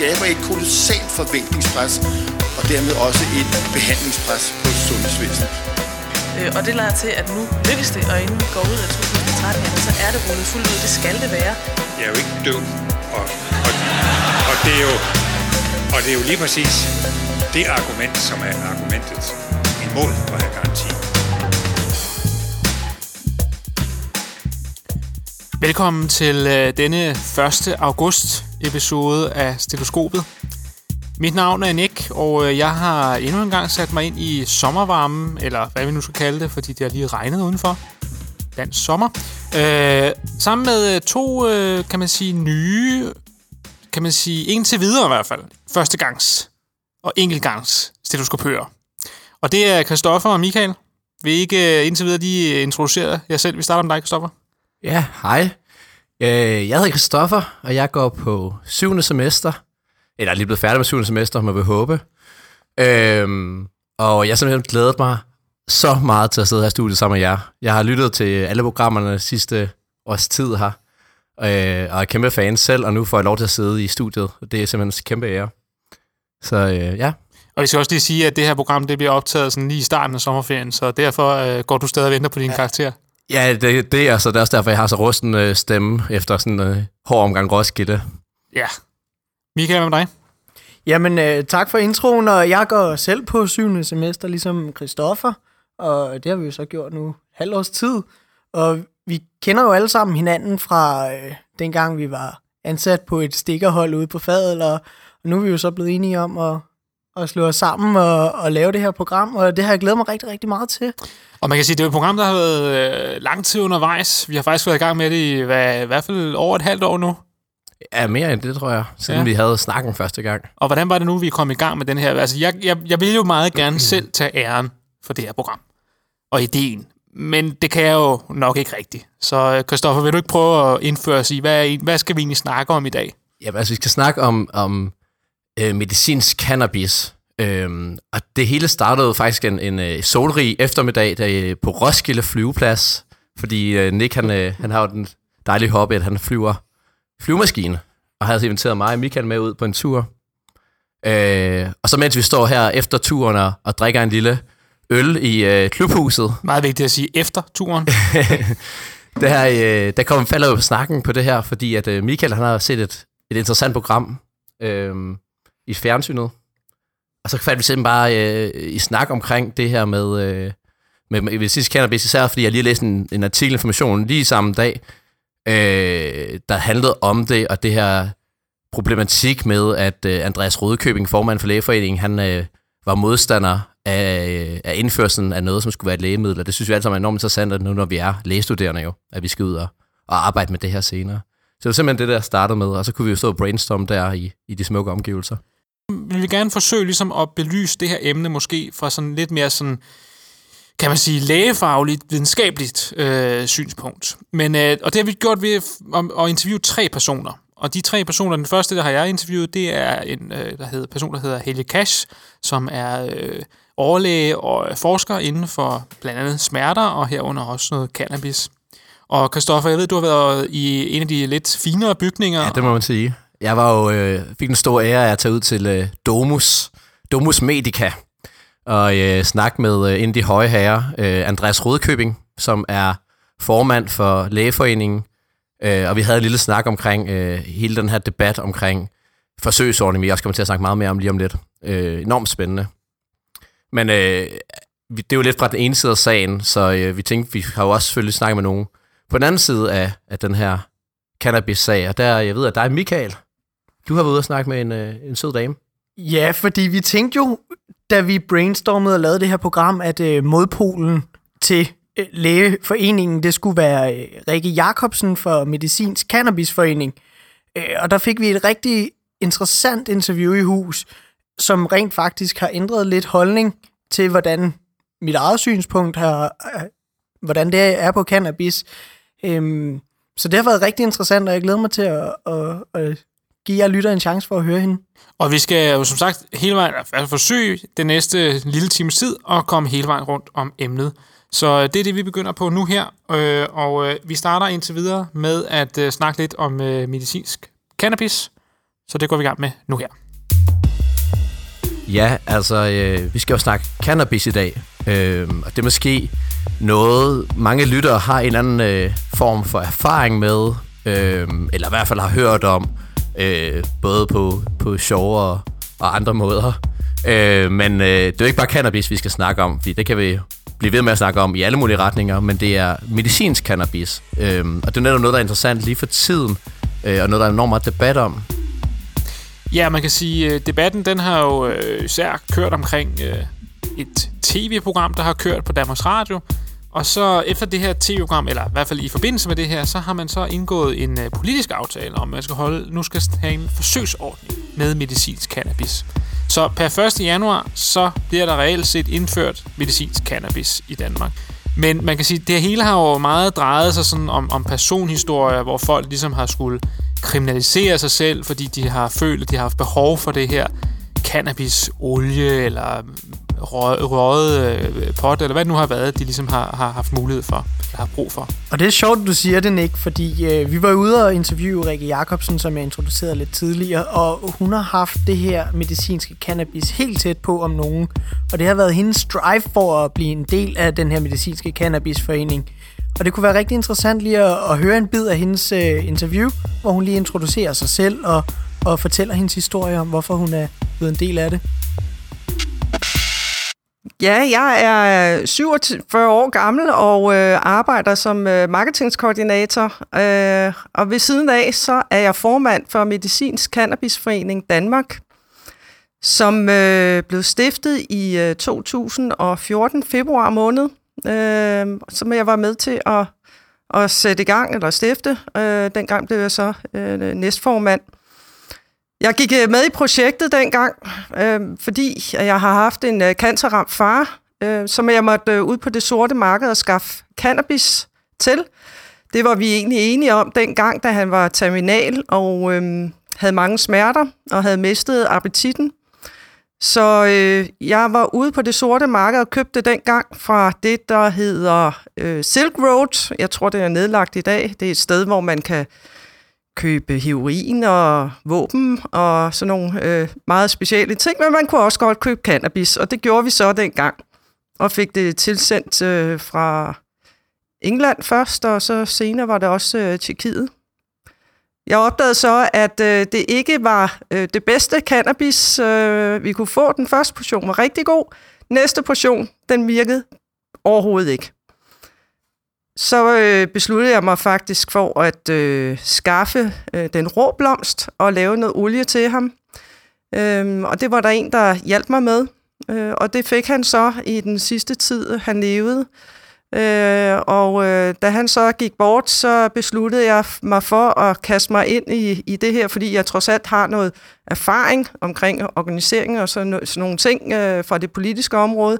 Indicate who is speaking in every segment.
Speaker 1: skaber et kolossalt forventningspres, og dermed også et behandlingspres på sundhedsvæsenet.
Speaker 2: Og det lader til, at nu lykkes det, og inden vi går ud af 2013, så er det rullet fuldt ud. Det skal det være.
Speaker 3: Jeg er jo ikke død, og det er jo lige præcis det argument, som er argumentet imod at have garanti.
Speaker 4: Velkommen til denne 1. august episode af Stetoskopet. Mit navn er Nick, og jeg har endnu en gang sat mig ind i sommervarmen, eller hvad vi nu skal kalde det, fordi det har lige regnet udenfor. Dansk sommer. Sammen med to, kan man sige, nye, kan man sige, indtil videre i hvert fald, førstegangs og enkeltgangs stetoskopører. Og det er Christoffer og Michael. Vil I ikke indtil videre lige introducere jer selv? Vi starter med dig, Christoffer.
Speaker 5: Ja, hej. Jeg hedder Christoffer, og jeg går på 7. semester. Eller er lige blevet færdig med 7. semester, må vi håbe. Og jeg har simpelthen glædet mig så meget til at sidde her i studiet sammen med jer. Jeg har lyttet til alle programmerne sidste års tid her, og er kæmpe fan selv, og nu får jeg lov til at sidde i studiet. Det er simpelthen en kæmpe ære. Så ja.
Speaker 4: Og vi skal også lige sige, at det her program det bliver optaget sådan lige i starten af sommerferien, så derfor går du stadig og venter på din karakter.
Speaker 5: Ja, det er så det er også derfor, jeg har så rusten stemme efter sådan en hård omgang Roskilde.
Speaker 4: Ja. Michael, hvad med dig?
Speaker 6: Jamen, tak for introen, og jeg går selv på 7. semester, ligesom Christoffer, og det har vi jo så gjort nu halvårs tid. Og vi kender jo alle sammen hinanden fra dengang, vi var ansat på et stikkerhold ude på Fadel, og nu er vi jo så blevet enige om at slå os sammen og lave det her program, og det har jeg glædet mig rigtig, rigtig meget til.
Speaker 4: Og man kan sige, at det er et program, der har været lang tid undervejs. Vi har faktisk været i gang med det i hvert fald over et halvt år nu.
Speaker 5: Ja, mere end det, tror jeg, siden vi havde snakken første gang.
Speaker 4: Og hvordan var det nu, vi kom i gang med den her? Altså, jeg vil jo meget gerne selv tage æren for det her program og ideen, men det kan jeg jo nok ikke rigtigt. Så Christoffer, vil du ikke prøve at indføre os i, hvad skal vi egentlig snakke om i dag?
Speaker 5: Ja, altså vi skal snakke om medicinsk cannabis. Og det hele startede faktisk en solrig eftermiddag på Roskilde flyveplads, fordi Nick han har jo den dejlige hobby, at han flyver flyvemaskine, og havde inviteret mig og Michael med ud på en tur. Og så mens vi står her efter turen og drikker en lille øl i klubhuset.
Speaker 4: Meget vigtigt at sige efter turen.
Speaker 5: der falder jo på snakken på det her, fordi at Michael han har set et interessant program i fjernsynet. Og så faldt vi simpelthen bare i snak omkring det her med medicinsk cannabis, især fordi jeg lige læste en artikelinformation lige samme dag, der handlede om det, og det her problematik med, at Andreas Rødekøbing, formand for Lægeforeningen, han var modstander af indførelsen af noget, som skulle være et lægemiddel, og det synes vi alle sammen er enormt interessant, at nu når vi er lægestuderende jo, at vi skal ud og arbejde med det her senere. Så det var simpelthen det, der startede med, og så kunne vi jo stå og brainstorme der i de smukke omgivelser.
Speaker 4: Vi vil gerne forsøge ligesom at belyse det her emne måske fra sådan lidt mere sådan, kan man sige, lægefagligt, videnskabeligt synspunkt. Men, og det har vi gjort ved at interviewe 3 personer. Og de 3 personer, den første, der har jeg interviewet, det er en person, der hedder Helge Cash, som er overlæge og forsker inden for blandt andet smerter, og herunder også noget cannabis. Og Christoffer, jeg ved, du har været i en af de lidt finere bygninger.
Speaker 5: Ja, det må man sige. Jeg var jo, fik den store ære af at tage ud til Domus Medica, og snakke med en af de høje herrer, Andreas Rødekøbing, som er formand for Lægeforeningen. Og vi havde en lille snak omkring hele den her debat omkring forsøgsordningen, vi også kommer til at snakke meget mere om lige om lidt. Enormt spændende. Men det er jo lidt fra den ene side af sagen, så vi tænkte, vi har jo også selvfølgelig snakket med nogen på den anden side af den her cannabis-sag. Og der, jeg ved, at dig, Michael, du har været ude og snakke med en sød dame.
Speaker 6: Ja, fordi vi tænkte jo, da vi brainstormede og lavede det her program, at modpolen til Lægeforeningen, det skulle være Rikke Jacobsen for Medicinsk Cannabisforening. Og der fik vi et rigtig interessant interview i hus, som rent faktisk har ændret lidt holdning til, hvordan mit eget synspunkt hvordan det er på cannabis. Så det har været rigtig interessant, og jeg glæder mig til at give jer lytter en chance for at høre hende.
Speaker 4: Og vi skal jo som sagt hele vejen forsøge den næste lille times tid at komme hele vejen rundt om emnet. Så det er det, vi begynder på nu her, og vi starter indtil videre med at snakke lidt om medicinsk cannabis. Så det går vi i gang med nu her.
Speaker 5: Ja, altså, vi skal jo snakke cannabis i dag. Og det er måske noget, mange lyttere har en eller anden form for erfaring med, eller i hvert fald har hørt om, både på sjove og andre måder. Men det er jo ikke bare cannabis, vi skal snakke om, fordi det kan vi blive ved med at snakke om i alle mulige retninger, men det er medicinsk cannabis. Og det er netop noget, der er interessant lige for tiden, og noget, der er enormt meget debat om.
Speaker 4: Ja, man kan sige, debatten den har jo især kørt omkring et tv-program, der har kørt på Danmarks Radio. Og så efter det her tv-program, eller i hvert fald i forbindelse med det her, så har man så indgået en politisk aftale om, at man nu skal have en forsøgsordning med medicinsk cannabis. Så per 1. januar, så bliver der reelt set indført medicinsk cannabis i Danmark. Men man kan sige, at det hele har jo meget drejet sig sådan om personhistorier, hvor folk ligesom har skulle kriminalisere sig selv, fordi de har følt, at de har haft behov for det her cannabisolie eller røget pot, eller hvad det nu har været, de ligesom har haft mulighed for, eller har brug for.
Speaker 6: Og det er sjovt, du siger det, Nick, fordi vi var ude og interviewe Rikke Jacobsen, som jeg introducerede lidt tidligere, og hun har haft det her medicinske cannabis helt tæt på om nogen, og det har været hendes drive for at blive en del af den her medicinske cannabisforening. Og det kunne være rigtig interessant lige at høre en bid af hendes interview, hvor hun lige introducerer sig selv og fortæller hendes historie om, hvorfor hun er blevet en del af det.
Speaker 7: Ja, jeg er 47 år gammel og arbejder som marketingskoordinator. Og ved siden af, så er jeg formand for Medicinsk Cannabisforening Danmark, som blev stiftet i 2014, februar måned, som jeg var med til at sætte i gang, eller stifte. Dengang blev jeg så næstformand. Jeg gik med i projektet dengang, fordi jeg har haft en cancerramt far, som jeg måtte ud på det sorte marked og skaffe cannabis til. Det var vi egentlig enige om dengang, da han var terminal og havde mange smerter og havde mistet appetitten. Så jeg var ude på det sorte marked og købte dengang fra det, der hedder Silk Road. Jeg tror, det er nedlagt i dag. Det er et sted, hvor man kan købe heroin og våben og sådan nogle meget specielle ting, men man kunne også godt købe cannabis, og det gjorde vi så dengang, og fik det tilsendt fra England først, og så senere var det også Tjekkiet. Jeg opdagede så, at det ikke var det bedste cannabis, vi kunne få. Den første portion var rigtig god. Næste portion, den virkede overhovedet ikke. Så besluttede jeg mig faktisk for at skaffe den rå blomst og lave noget olie til ham. Og det var der en, der hjalp mig med. Og det fik han så i den sidste tid, han levede. Og da han så gik bort, så besluttede jeg mig for at kaste mig ind i det her, fordi jeg trods alt har noget erfaring omkring organisering og sådan nogle ting fra det politiske område.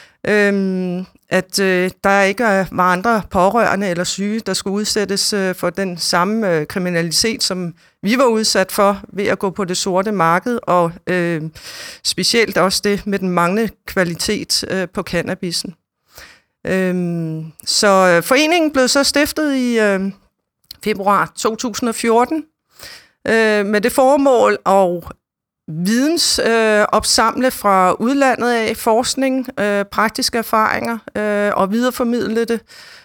Speaker 7: At der ikke var andre pårørende eller syge, der skulle udsættes for den samme kriminalitet, som vi var udsat for ved at gå på det sorte marked, og specielt også det med den manglende kvalitet på cannabisen. Så foreningen blev så stiftet i februar 2014 med det formål at opsamle fra udlandet af forskning, praktiske erfaringer og videreformidle det.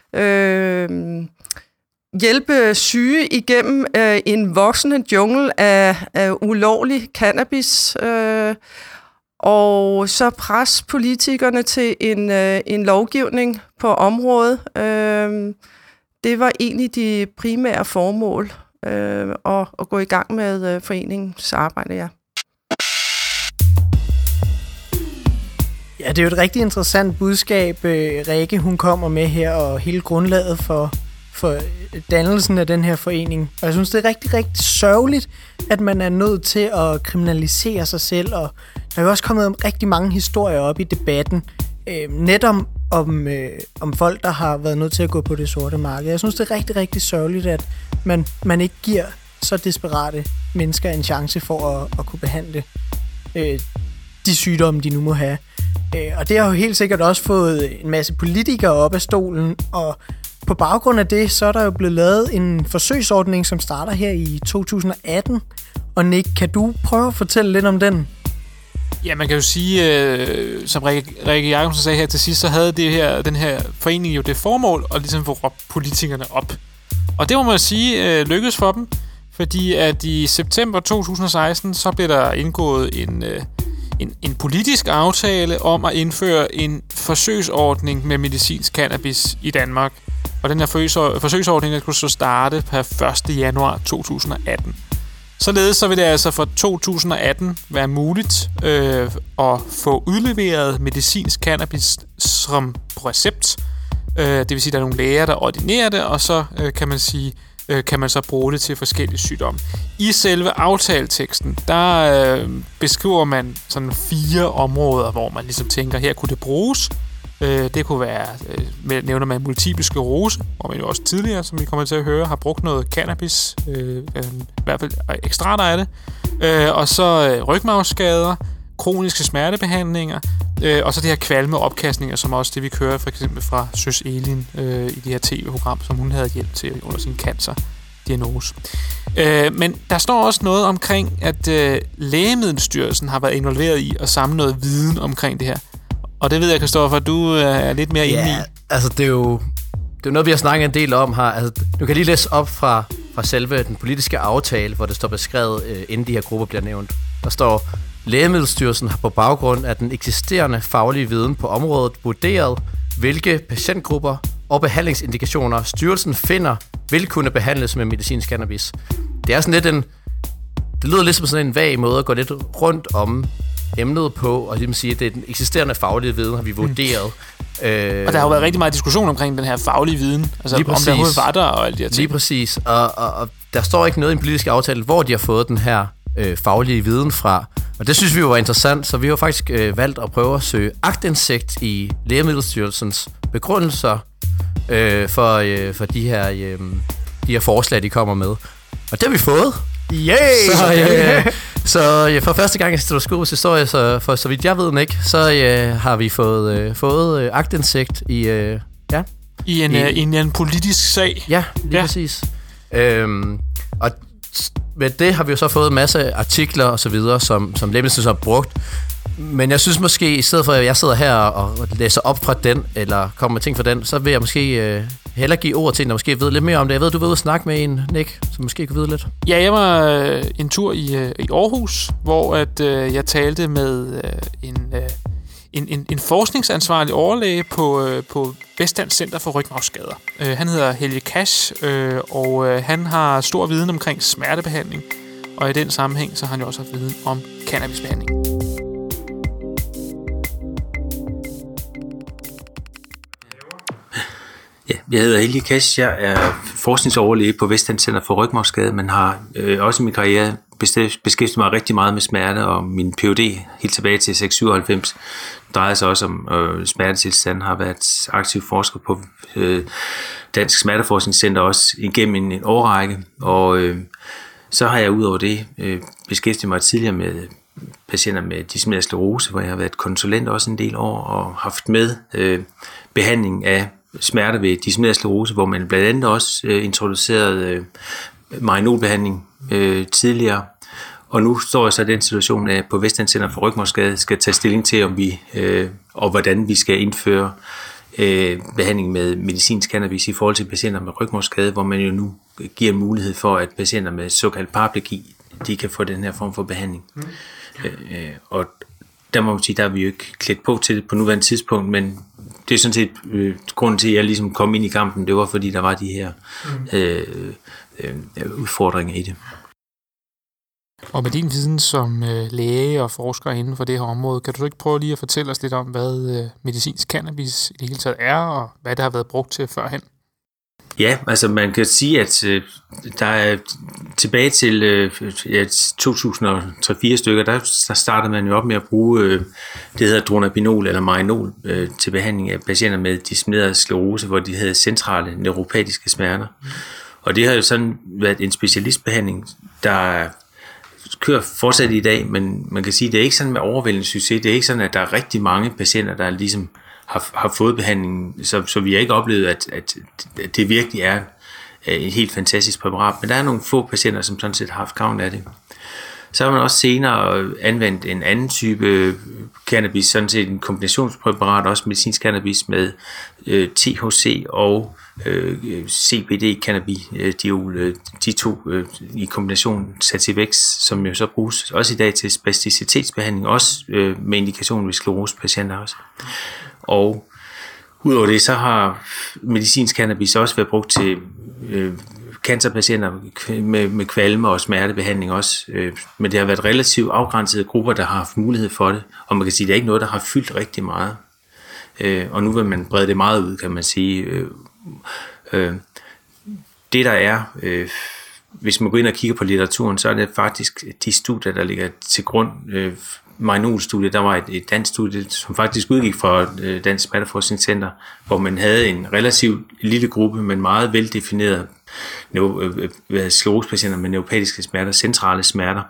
Speaker 7: Hjælpe syge igennem en voksende jungle af ulovlig cannabis, og så presse politikerne til en lovgivning på området. Det var egentlig de primære formål at gå i gang med foreningens arbejde, ja.
Speaker 6: Ja, det er jo et rigtig interessant budskab, Rikke, hun kommer med her, og hele grundlaget for dannelsen af den her forening. Og jeg synes, det er rigtig, rigtig sørgeligt, at man er nødt til at kriminalisere sig selv, og der er jo også kommet rigtig mange historier op i debatten, netop om folk, der har været nødt til at gå på det sorte marked. Jeg synes, det er rigtig, rigtig sørgeligt, at man ikke giver så desperate mennesker en chance for at kunne behandle de sygdomme, de nu må have. Og det har jo helt sikkert også fået en masse politikere op af stolen, og på baggrund af det, så er der jo blevet lavet en forsøgsordning, som starter her i 2018. Og Nick, kan du prøve at fortælle lidt om den?
Speaker 4: Ja, man kan jo sige, som Rikke Jacobsen sagde her til sidst, så havde den her forening jo det formål at ligesom få råbt politikerne op. Og det må man sige lykkedes for dem, fordi at i september 2016, så blev der indgået en politisk aftale om at indføre en forsøgsordning med medicinsk cannabis i Danmark. Og den her forsøgsordning skulle så starte per 1. januar 2018. Således så vil det altså fra 2018 være muligt at få udleveret medicinsk cannabis som på recept. Det vil sige, at der er nogle læger, der ordinerer det, og så kan man så bruge det til forskellige sygdomme. I selve aftaleteksten, der beskriver man sådan 4 områder, hvor man ligesom tænker, her kunne det bruges. Det kunne være, nævner man multiple sklerose, hvor man jo også tidligere, som vi kommer til at høre, har brugt noget cannabis, i hvert fald ekstrater af det. Og så rygmarvsskader, kroniske smertebehandlinger, og så det her kvalme opkastninger, som også det, vi kører for eksempel fra Søs Elin i det her tv-program, som hun havde hjælp til under sin cancerdiagnose. Men der står også noget omkring, at Lægemiddelstyrelsen har været involveret i at samle noget viden omkring det her. Og det ved jeg, Christoffer, du er lidt mere inde i.
Speaker 5: Altså det er jo noget, vi har snakket en del om her. Altså, du kan lige læse op fra selve den politiske aftale, hvor det står beskrevet, inden de her grupper bliver nævnt. Der står, Lægemiddelstyrelsen har på baggrund af den eksisterende faglige viden på området vurderet, hvilke patientgrupper og behandlingsindikationer styrelsen finder vil kunne behandles med medicinsk cannabis. Det er sådan lidt det lyder lidt som sådan en vag måde at gå lidt rundt om emnet på, og det vil sige, at det er den eksisterende faglige viden, har vi vurderet.
Speaker 4: Og der har jo været rigtig meget diskussion omkring den her faglige viden, altså om der overhovedet var der og alt det her ting.
Speaker 5: Lige præcis, og der står ikke noget i en politisk aftale, hvor de har fået den her faglige viden fra. Og det synes vi jo var interessant, så vi har faktisk valgt at prøve at søge aktindsigt i Lægemiddelstyrelsens begrundelser for de her forslag, de kommer med. Og det har vi fået.
Speaker 6: Yeah!
Speaker 5: Så for første gang i Stetoskopets historie, så vidt jeg ved ikke, så har vi fået aktindsigt i
Speaker 4: en politisk sag.
Speaker 5: Ja, lige præcis. Og med det har vi jo så fået en masse artikler og så videre, som Lægemiddelstyrelsen har brugt. Men jeg synes måske, i stedet for at jeg sidder her og læser op fra den, eller kommer med ting fra den, så vil jeg måske hellere give ord til en, der måske ved lidt mere om det. Jeg ved, du var ude og snakke med en, Nick, som måske kunne vide lidt.
Speaker 4: Ja, jeg var en tur i Aarhus, hvor at jeg talte med en forskningsansvarlig overlæge på Vestdansk Center for Rygmarvsskader. Han hedder Helge Cash, og han har stor viden omkring smertebehandling, og i den sammenhæng så har han jo også haft viden om cannabisbehandling.
Speaker 8: Ja, jeg hedder Helge Cash. Jeg er forskningsoverlæge på Vestdansk Center for Rygmarvsskade, men har også i min karriere beskæftiget mig rigtig meget med smerte, og min Ph.D. helt tilbage til 697 drejer sig også om smertetilstand. Har været aktiv forsker på Dansk Smerteforskningscenter også igennem en årrække, og så har jeg udover det beskæftiget mig tidligere med patienter med dissemineret sklerose, hvor jeg har været konsulent også en del år og haft med behandling af smerter ved dissemineret sklerose, hvor man blandt andet også introducerede marinolbehandling tidligere. Og nu står jeg så i den situation, at på Vestdansk Center for Rygmarvsskade skal tage stilling til, om vi og hvordan vi skal indføre behandling med medicinsk cannabis i forhold til patienter med rygmarvsskade, hvor man jo nu giver mulighed for, at patienter med såkaldt paraplegi, de kan få den her form for behandling. Og der må man sige, der er vi jo ikke klædt på til det på nuværende tidspunkt, men det er sådan set grunden til, at jeg ligesom kom ind i kampen, det var fordi, der var de her udfordringer i det.
Speaker 4: Og med din viden som læge og forsker inden for det her område, kan du ikke prøve lige at fortælle os lidt om, hvad medicinsk cannabis i det hele taget er, og hvad det har været brugt til førhen?
Speaker 8: Ja, altså man kan sige, at der er tilbage til 2003-4 stykker, der startede man jo op med at bruge det hedder dronabinol eller marinol til behandling af patienter med dissemineret sklerose, hvor de havde centrale neuropatiske smerter. Og det har jo sådan været en specialistbehandling, der kører fortsat i dag, men man kan sige, at det er ikke sådan med overvældende succes. Det er ikke sådan, at der er rigtig mange patienter, der ligesom har fået behandlingen, så vi har ikke oplevet, at det virkelig er et helt fantastisk præparat. Men der er nogle få patienter, som sådan set har haft gavn af det. Så har man også senere anvendt en anden type cannabis, sådan set en kombinationspræparat, også medicinsk cannabis med THC og CBD-cannabidiol, de to i kombination Sativex, som jo så bruges også i dag til spasticitetsbehandling, også med indikation ved sklerosepatienter også. Og udover det, så har medicinsk cannabis også været brugt til cancerpatienter med kvalme og smertebehandling også, men det har været relativt afgrænsede grupper, der har haft mulighed for det, og man kan sige, at det er ikke noget, der har fyldt rigtig meget. Og nu vil man brede det meget ud, kan man sige. Det der er, hvis man går ind og kigger på litteraturen, så er det faktisk de studier, der ligger til grund. Marinol-studie, der var et dansk studie, som faktisk udgik fra Dansk Smerteforskningscenter, hvor man havde en relativt lille gruppe, men meget veldefineret sklerosepatienter med neuropatiske smerter, centrale smerter.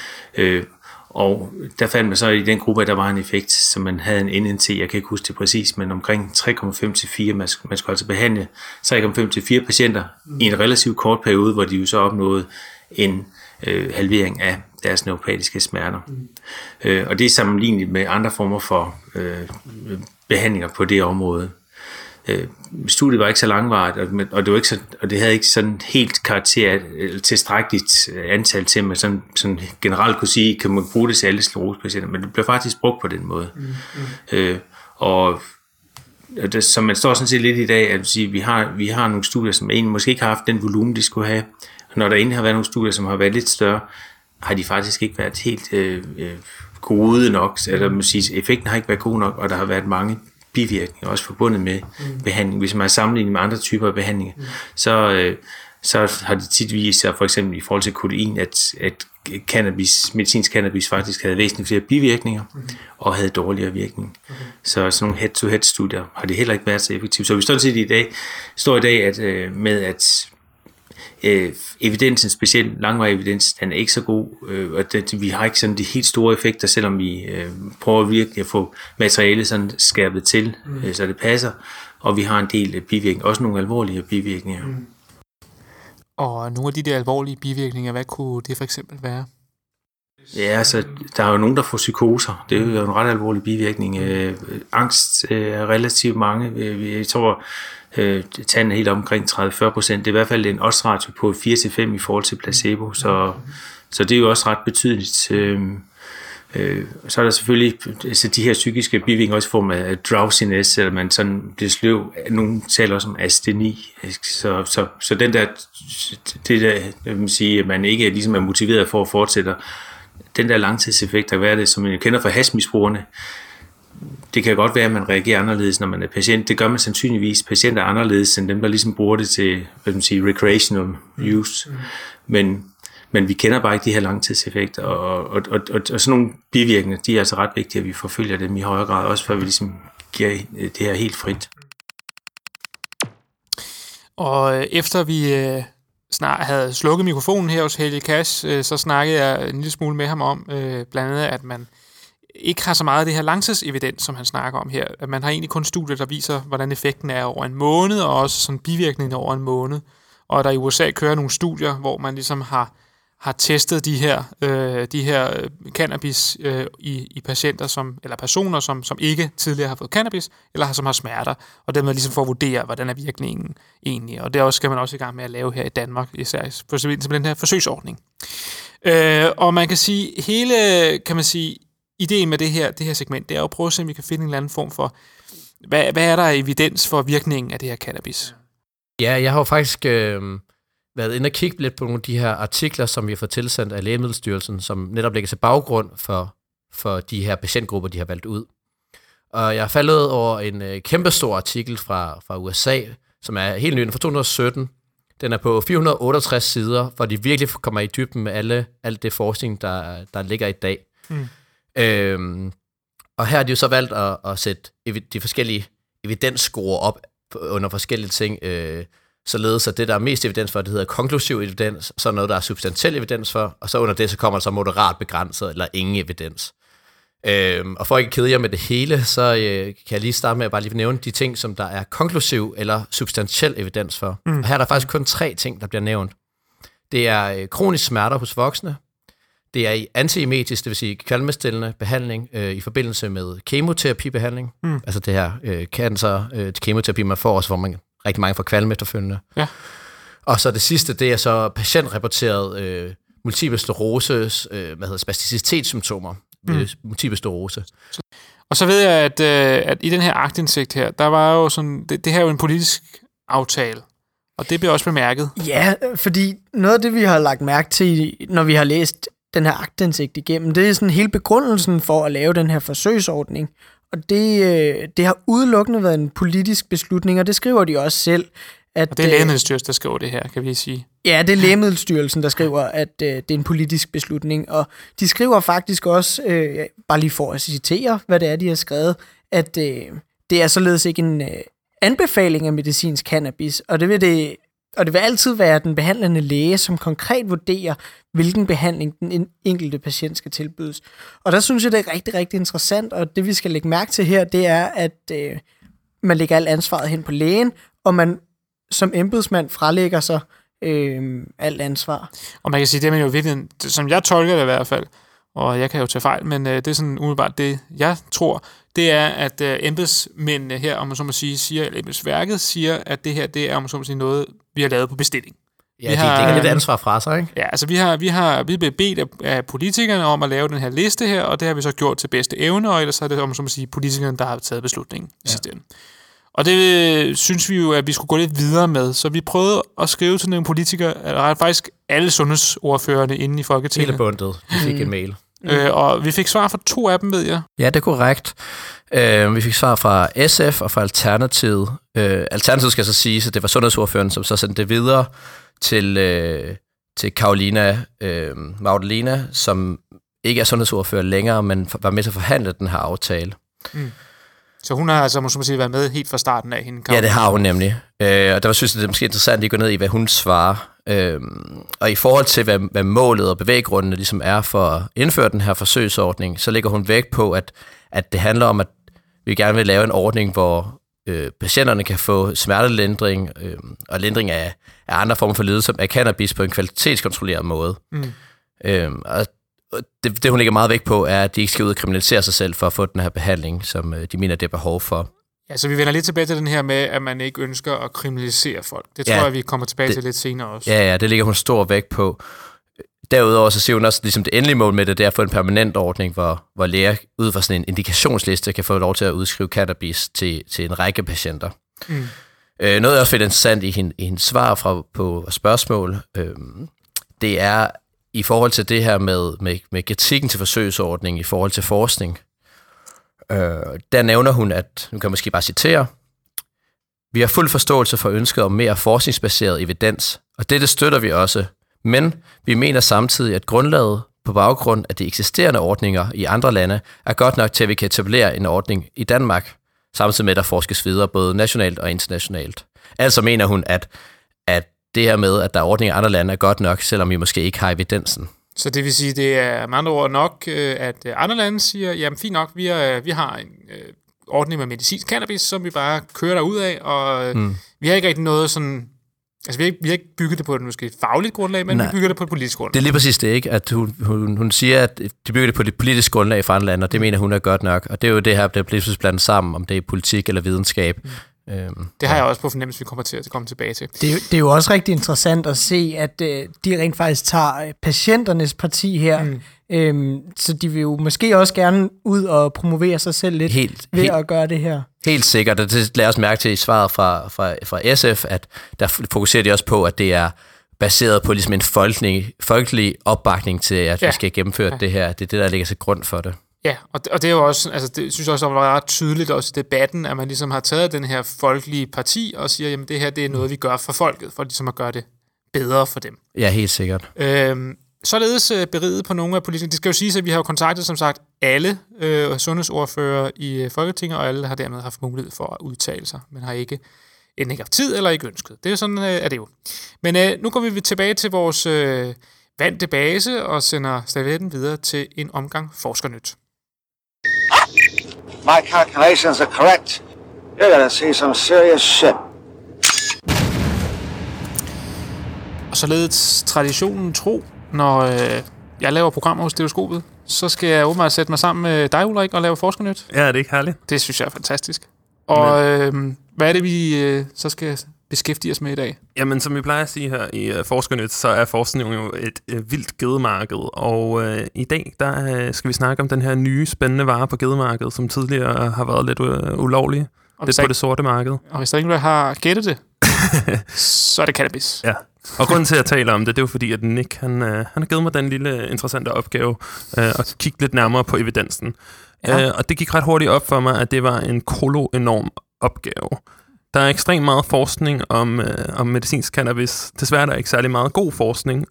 Speaker 8: Og der fandt man så i den gruppe, at der var en effekt, som man havde en NNT, jeg kan ikke huske det præcis, men omkring 3,5 til 4. Man skulle altså behandle 3,5 til 4 patienter i en relativt kort periode, hvor de jo så opnåede en halvering af deres neuropatiske smerter. Og det er sammenlignet med andre former for behandlinger på det område. Studiet var ikke så langvarigt, og det havde ikke sådan helt karakter tilstrækkeligt antal til, man sådan generelt kunne sige, kan man bruge det til alle sklerosepatienter, men det blev faktisk brugt på den måde. Og det, som man står sådan set lidt i dag, at sige, vi har nogle studier, som egentlig måske ikke har haft den volumen, de skulle have. Når der egentlig har været nogle studier, som har været lidt større, har de faktisk ikke været helt gode nok, eller man siger, effekten har ikke været god nok, og der har været mange bivirkninger, også forbundet med behandling. Hvis man har sammenlignet med andre typer af behandlinger, så har det tit vist sig, for eksempel i forhold til kodein, at medicinsk cannabis faktisk havde væsentligt flere bivirkninger, og havde dårligere virkning. Så sådan nogle head-to-head-studier har det heller ikke været så effektivt. Så vi står i dag med at evidensen, specielt langvarig evidens, den er ikke så god, og vi har ikke sådan de helt store effekter, selvom vi prøver virkelig at få materialet sådan skærpet til, så det passer, og vi har en del bivirkninger, også nogle alvorlige bivirkninger.
Speaker 4: Og nogle af de der alvorlige bivirkninger, hvad kunne det for eksempel være?
Speaker 8: Ja, altså, der er jo nogen, der får psykoser. Det er jo en ret alvorlig bivirkning. Angst er relativt mange. Jeg tror, tanden er helt omkring 30-40%. Det er i hvert fald en oddsratio på 4-5 i forhold til placebo, så det er jo også ret betydeligt. Så er der selvfølgelig altså de her psykiske bivirkninger også i form af drowsiness, eller man sådan bliver sløv. Nogle taler også om asteni. Så den der, det der, jeg vil sige, at man ikke ligesom er motiveret for at fortsætte, den der langtidseffekt, der er det, som jeg kender fra hashmisbrugerne, det kan godt være, at man reagerer anderledes, når man er patient. Det gør man sandsynligvis. Patienter er anderledes end dem, der ligesom bruger det til, recreational use. Men vi kender bare ikke de her langtidseffekter, og sådan nogle bivirkninger, de er altså ret vigtige, at vi forfølger dem i højere grad, også før vi ligesom giver det her helt frit.
Speaker 4: Og efter vi snart havde slukket mikrofonen her hos Helge Cash, så snakkede jeg en lille smule med ham om, blandt andet, at man ikke har så meget af det her langtidsevidens, som han snakker om her. At man har egentlig kun studier, der viser, hvordan effekten er over en måned, og også sådan bivirkningen over en måned. Og der i USA kører nogle studier, hvor man ligesom har testet de her cannabis i patienter, eller personer, som ikke tidligere har fået cannabis, eller som har smerter, og dermed ligesom for at vurdere, hvordan er virkningen egentlig. Og det skal man også i gang med at lave her i Danmark, især på den her forsøgsordning. Og man kan sige, ideen med det her segment, det er jo at prøve at se, om vi kan finde en eller anden form for, hvad er der af evidens for virkningen af det her cannabis?
Speaker 5: Ja, jeg har jo faktisk været inde og kigge lidt på nogle af de her artikler, som vi har fået tilsendt af Lægemiddelstyrelsen, som netop ligger til baggrund for de her patientgrupper, de har valgt ud. Og jeg har faldet over en kæmpestor artikel fra USA, som er helt ny, fra 2017. Den er på 468 sider, hvor de virkelig kommer i dybden med alt det forskning, der ligger i dag. Og her har de jo så valgt at sætte de forskellige evidensscore op under forskellige ting, således at det, der er mest evidens for, det hedder konklusiv evidens, så noget, der er substantiel evidens for, og så under det, så kommer der så moderat begrænset eller ingen evidens. Og for ikke at kede jer med det hele, så kan jeg lige starte med at bare lige nævne de ting, som der er konklusiv eller substantiel evidens for. Og her er der faktisk kun 3 ting, der bliver nævnt. Det er kronisk smerter hos voksne, Det er i antiemetisk, det vil sige kvalmestillende behandling i forbindelse med kemoterapibehandling. Altså det her cancer kemoterapi, man får også, hvor man rigtig mange får kvalme efterfølgende.
Speaker 4: Ja.
Speaker 5: Og så det sidste, det er så patientrapporteret multiple sclerose, spasticitetssymptomer. Multiple sclerose.
Speaker 4: Og så ved jeg, at i den her aktindsigt her, der var jo sådan, det her er jo en politisk aftale, og det bliver også bemærket. Ja,
Speaker 6: fordi noget af det, vi har lagt mærke til, når vi har læst den her aktindsigt igennem, det er sådan hele begrundelsen for at lave den her forsøgsordning. Og det har udelukkende været en politisk beslutning, og det skriver de også selv.
Speaker 4: Og det er Lægemiddelstyrelsen, der skriver det her, kan vi lige sige. Ja, det er Lægemiddelstyrelsen, der skriver, at det er en politisk beslutning. Og de skriver faktisk også, bare lige for at citere, hvad det er, de har skrevet, at det er således ikke en anbefaling af medicinsk cannabis, og det vil altid være den behandlende læge, som konkret vurderer, hvilken behandling den enkelte patient skal tilbydes. Og der synes jeg, det er rigtig, rigtig interessant, og det vi skal lægge mærke til her, det er, at man lægger alt ansvaret hen på lægen, og man som embedsmand fralægger sig alt ansvar. Og man kan sige, det er jo virkelig, som jeg tolker det i hvert fald, og jeg kan jo tage fejl, men det er sådan umiddelbart det, jeg tror, det er, at embedsmændene her, om man så må sige, siger, eller embedsværket siger, at det her, det er, om man så må sige, noget, vi har lavet på bestilling.
Speaker 5: Ja, de lægger lidt ansvar fra sig, ikke?
Speaker 4: Ja, altså vi er bedt af politikerne om at lave den her liste her, og det har vi så gjort til bedste evne, og ellers er det, om man så må sige, politikerne, der har taget beslutningen i sidste ende. Og det synes vi jo, at vi skulle gå lidt videre med. Så vi prøvede at skrive til nogle politikere, eller faktisk alle sundhedsordførerne inde i Folketinget.
Speaker 5: Hele bundet. Vi fik en mail.
Speaker 4: Og vi fik svar fra 2 af dem, ved jeg.
Speaker 5: Ja, det er korrekt. Vi fik svar fra SF og fra Alternativet. Alternativet skal så sige, at det var sundhedsordføreren, som så sendte det videre til Carolina Magdalena, som ikke er sundhedsordfører længere, men var med til at forhandle den her aftale.
Speaker 4: Så hun har altså, må man sige, været med helt fra starten af hende.
Speaker 5: Ja, det har hun nemlig. Og der synes jeg, det er måske interessant at gå ned i, hvad hun svarer. Og i forhold til, hvad målet og bevæggrundene ligesom er for at indføre den her forsøgsordning, så lægger hun vægt på, at det handler om, at vi gerne vil lave en ordning, hvor patienterne kan få smertelindring og lindring af andre former for lidelse af cannabis på en kvalitetskontrolleret måde. Og det, hun lægger meget vægt på, er, at de ikke skal ud og kriminalisere sig selv for at få den her behandling, som de mener, det er behov for.
Speaker 4: Ja, så vi vender lidt tilbage til den her med, at man ikke ønsker at kriminalisere folk. Det tror jeg, vi kommer tilbage til lidt senere også.
Speaker 5: Ja, det lægger hun stor vægt på. Derudover så siger hun også, ligesom det endelige mål med det, det er at få en permanent ordning, hvor læger ud fra sådan en indikationsliste kan få lov til at udskrive cannabis til en række patienter. Noget, jeg også finder interessant i hendes svar på spørgsmål, det er i forhold til det her med kritikken til forsøgsordningen i forhold til forskning. Der nævner hun, at, nu kan jeg måske bare citere, vi har fuld forståelse for ønsket om mere forskningsbaseret evidens, og dette støtter vi også, men vi mener samtidig, at grundlaget på baggrund af de eksisterende ordninger i andre lande er godt nok til, at vi kan etablere en ordning i Danmark, samtidig med, at der forskes videre både nationalt og internationalt. Altså mener hun, at det her med, at der er ordninger i andre lande, er godt nok, selvom vi måske ikke har evidensen.
Speaker 4: Så det vil sige, det er med andre ord nok, at andre lande siger, jamen fint nok, vi har en ordning med medicinsk cannabis, som vi bare kører derud af, og vi har ikke rigtig noget sådan. Altså, vi har ikke bygget det på et måske fagligt grundlag, men vi bygger det på et politisk grundlag.
Speaker 5: Det er lige præcis det, ikke? At hun siger, at de bygger det på et politisk grundlag for andre lande, og det mener hun er godt nok. Og det er jo det her, der bliver blandet sammen, om det er politik eller videnskab.
Speaker 4: Det har jeg også på fornemmelse, vi kommer til at komme tilbage til.
Speaker 6: Det er jo også rigtig interessant at se, at de rent faktisk tager patienternes parti her. Så de vil jo måske også gerne ud og promovere sig selv lidt ved at gøre det her.
Speaker 5: Helt sikkert, og det lader os mærke til i svaret fra SF, at der fokuserer de også på, at det er baseret på ligesom en folkelig opbakning til, at vi skal gennemføre det her. Det er det, der ligger til grund for det.
Speaker 4: Ja, og det er jo også, altså det synes jeg også, det var ret tydeligt også i debatten, at man ligesom har taget den her folkelige parti og siger, jamen det her, det er noget, vi gør for folket, for ligesom at gøre det bedre for dem.
Speaker 5: Ja, helt sikkert.
Speaker 4: Således beriget på nogle af politikerne. Det skal jo siges, at vi har jo kontaktet, som sagt, alle sundhedsordfører i Folketinget, og alle har dermed haft mulighed for at udtale sig, men har ikke haft tid eller ikke ønsket. Det er sådan, er det jo. Men nu går vi tilbage til vores vante base og sender stafetten videre til en omgang Forskernyt.
Speaker 9: My calculations are correct. You're gonna see some serious shit.
Speaker 4: Og således traditionen tro, når jeg laver programmer hos Stetoskopet, så skal jeg åbenbart sætte mig sammen med dig, Ulrik, og lave Forskernyt.
Speaker 10: Ja, det er ikke herligt?
Speaker 4: Det synes jeg er fantastisk. Og hvad er det, vi så skal beskæftige os med i dag?
Speaker 10: Jamen, som vi plejer at sige her i Forskernyt, så er forskning jo et vildt gedemarked. Og i dag, der skal vi snakke om den her nye, spændende vare på gedemarkedet, som tidligere har været lidt ulovlig. Lidt på det sorte marked. Og
Speaker 4: hvis der ikke har gættet det, så er det cannabis.
Speaker 10: Ja. Og grunden til, at jeg taler om det, det er jo fordi, at Nick, han har givet mig den lille interessante opgave at kigge lidt nærmere på evidensen. Ja. Og det gik ret hurtigt op for mig, at det var en kolo-enorm opgave. Der er ekstremt meget forskning om medicinsk cannabis. Desværre er der ikke særlig meget god forskning.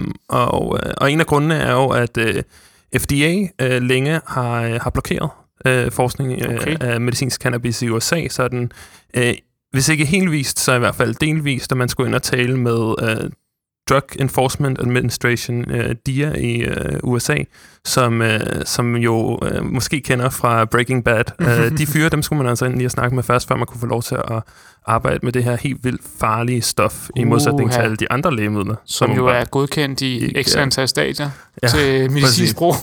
Speaker 10: Og en af grundene er jo, at FDA længe har blokeret forskning af medicinsk cannabis i USA. Så den, hvis ikke helt vist, så i hvert fald delvist, at man skulle ind og tale med Drug Enforcement Administration, DEA i USA, som jo måske kender fra Breaking Bad. De fyre, dem skulle man altså ind lige at snakke med først, før man kunne få lov til at arbejde med det her helt vildt farlige stof, i modsætning til alle de andre lægemidler.
Speaker 4: Som jo er godkendt i x antal stadier til medicinsk brug.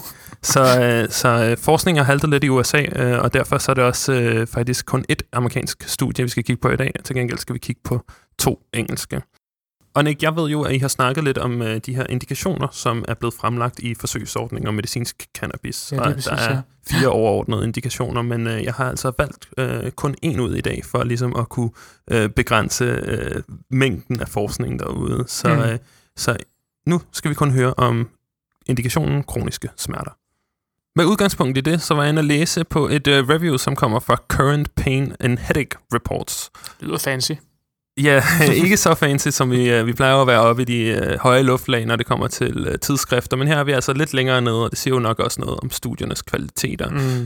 Speaker 10: Så forskning har haltet lidt i USA, og derfor så er det også faktisk kun et amerikansk studie, vi skal kigge på i dag. Til gengæld skal vi kigge på 2 engelske. Og Nick, jeg ved jo, at I har snakket lidt om de her indikationer, som er blevet fremlagt i forsøgsordninger om medicinsk cannabis. Ja, der er 4 overordnede indikationer, men jeg har altså valgt kun 1 ud i dag, for ligesom at kunne begrænse mængden af forskning derude. Så nu skal vi kun høre om indikationen kroniske smerter. Med udgangspunkt i det, så var jeg inde at læse på et review, som kommer fra Current Pain and Headache Reports.
Speaker 4: Det lyder fancy.
Speaker 10: Ja, ikke så fancy, som vi plejer at være oppe i de høje luftlag, når det kommer til tidsskrifter, men her er vi altså lidt længere nede, og det siger jo nok også noget om studiernes kvaliteter.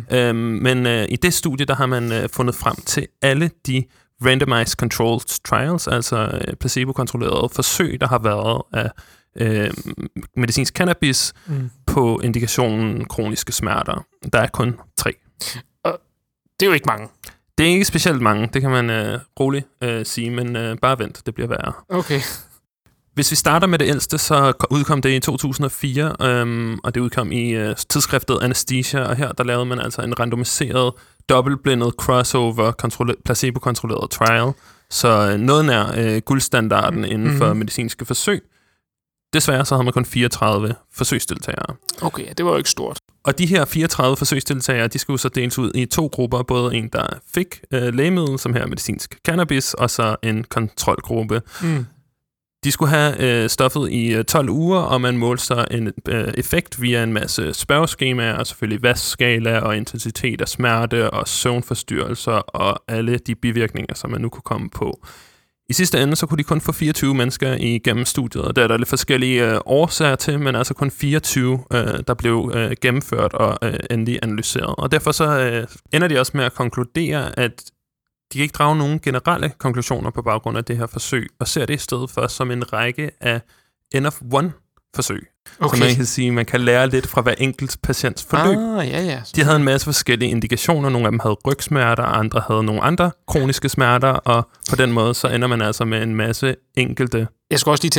Speaker 10: Men i det studie, der har man fundet frem til alle de randomized controlled trials, altså placebo-kontrollerede forsøg, der har været af medicinsk cannabis på indikationen kroniske smerter. Der er kun 3.
Speaker 4: Og det er jo ikke mange.
Speaker 10: Det er ikke specielt mange, det kan man roligt sige, men bare vent, det bliver værre.
Speaker 4: Okay.
Speaker 10: Hvis vi starter med det ældste, så udkom det i 2004, og det udkom i tidsskriftet Anesthesia, og her der lavede man altså en randomiseret, dobbeltblindet crossover placebo-kontrolleret trial, så noget nær guldstandarden inden for medicinske forsøg. Desværre så havde man kun 34 forsøgsdeltagere.
Speaker 4: Okay, det var jo ikke stort.
Speaker 10: Og de her 34 forsøgsdeltagere, de skulle så deles ud i 2 grupper. Både en, der fik lægemiddel, som her medicinsk cannabis, og så en kontrolgruppe. De skulle have stoffet i 12 uger, og man målte så en effekt via en masse spørgeskemaer, og selvfølgelig VAS-skala og intensitet af smerte og søvnforstyrrelser og alle de bivirkninger, som man nu kunne komme på. I sidste ende, så kunne de kun få 24 mennesker igennem studiet, og der er der lidt forskellige årsager til, men altså kun 24, der blev gennemført og endelig analyseret. Og derfor så ender de også med at konkludere, at de kan ikke drage nogen generelle konklusioner på baggrund af det her forsøg, og ser det i stedet for som en række af N-of-1-forsøg. Okay. Så man kan sige, man kan lære lidt fra hver enkelt patients forløb.
Speaker 4: Ja.
Speaker 10: De havde en masse forskellige indikationer. Nogle af dem havde rygsmerter, andre havde nogle andre kroniske smerter, og på den måde så ender man altså med en masse enkelte
Speaker 4: Jeg skulle også lige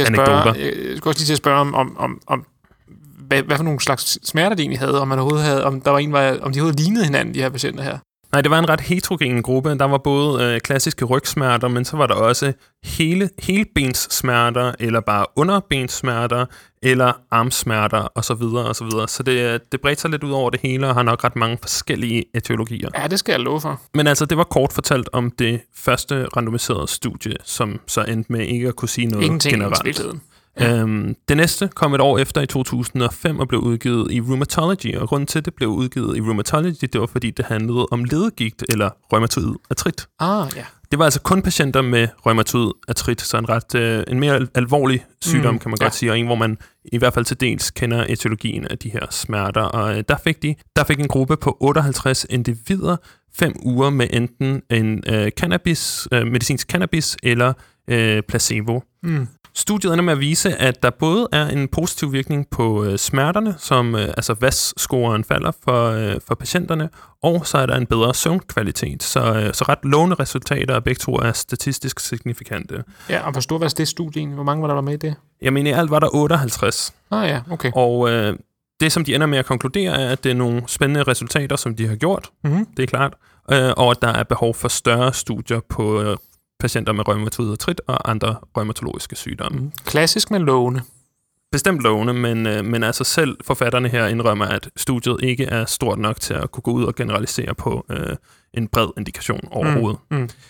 Speaker 4: til at spørge om hvad for nogle slags smerter de egentlig havde, om man overhovedet havde, om de overhovedet lignede hinanden, de her patienter her.
Speaker 10: Nej, det var en ret heterogen gruppe. Der var både klassiske rygsmerter, men så var der også helbenssmerter, eller bare underbenssmerter, eller armsmerter, osv. osv. Så det bredte sig lidt ud over det hele, og har nok ret mange forskellige etiologier.
Speaker 4: Ja, det skal jeg love for.
Speaker 10: Men altså, det var kort fortalt om det første randomiserede studie, som så endte med ikke at kunne sige noget generelt.
Speaker 4: Ingenting.
Speaker 10: Det næste kom et år efter i 2005 og blev udgivet i Rheumatology, og grunden til, at det blev udgivet i Rheumatology, det var fordi, det handlede om ledegigt eller rheumatoid artrit.
Speaker 4: Ja.
Speaker 10: Det var altså kun patienter med rheumatoid artrit, så en mere alvorlig sygdom, kan man godt sige, og en, hvor man i hvert fald til dels kender etiologien af de her smerter. Og der fik en gruppe på 58 individer 5 uger med enten en medicinsk cannabis eller placebo. Studiet ender med at vise, at der både er en positiv virkning på smerterne, som altså VAS-scoren falder for patienterne, og så er der en bedre søvnkvalitet. Så ret lovende resultater, og begge to er statistisk signifikante.
Speaker 4: Ja, og hvor stor var det studie egentlig? Hvor mange var der med i det?
Speaker 10: Jamen i alt var der 58.
Speaker 4: Ja, okay.
Speaker 10: Og det, som de ender med at konkludere, er, at det er nogle spændende resultater, som de har gjort.
Speaker 4: Mm-hmm.
Speaker 10: Det er klart. Og at der er behov for større studier på patienter med reumatoid artrit og andre rheumatologiske sygdomme.
Speaker 4: Klassisk, men lovende.
Speaker 10: Bestemt lovende, men altså selv forfatterne her indrømmer, at studiet ikke er stort nok til at kunne gå ud og generalisere på en bred indikation overhovedet.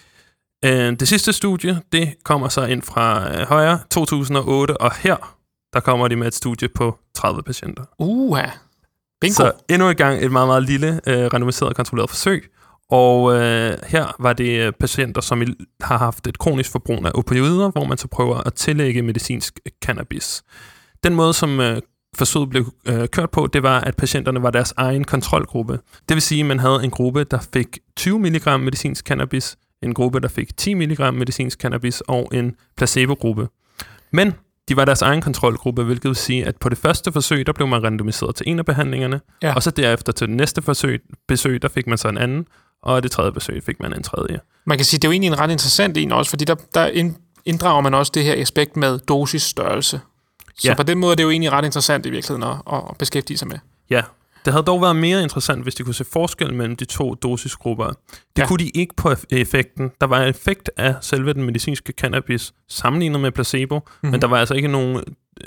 Speaker 10: Det sidste studie, det kommer så ind fra højre 2008, og her der kommer de med et studie på 30 patienter.
Speaker 4: Bingo.
Speaker 10: Så endnu en gang et meget, meget lille randomiseret kontrolleret forsøg. Og her var det patienter, som har haft et kronisk forbrug af opioider, hvor man så prøver at tillægge medicinsk cannabis. Den måde, som forsøget blev kørt på, det var, at patienterne var deres egen kontrolgruppe. Det vil sige, at man havde en gruppe, der fik 20 mg medicinsk cannabis, en gruppe, der fik 10 mg medicinsk cannabis og en placebo-gruppe. Men de var deres egen kontrolgruppe, hvilket vil sige, at på det første forsøg, der blev man randomiseret til en af behandlingerne, og så derefter til det næste besøg, der fik man så en anden, og det tredje besøg fik man en tredje.
Speaker 4: Man kan sige, det er jo egentlig en ret interessant en også, fordi der inddrager man også det her aspekt med dosisstørrelse. Så på den måde er det jo egentlig ret interessant i virkeligheden at beskæftige sig med.
Speaker 10: Ja, det havde dog været mere interessant, hvis de kunne se forskel mellem de to dosisgrupper. Det kunne de ikke på effekten. Der var en effekt af selve den medicinske cannabis sammenlignet med placebo, men der var altså ikke nogen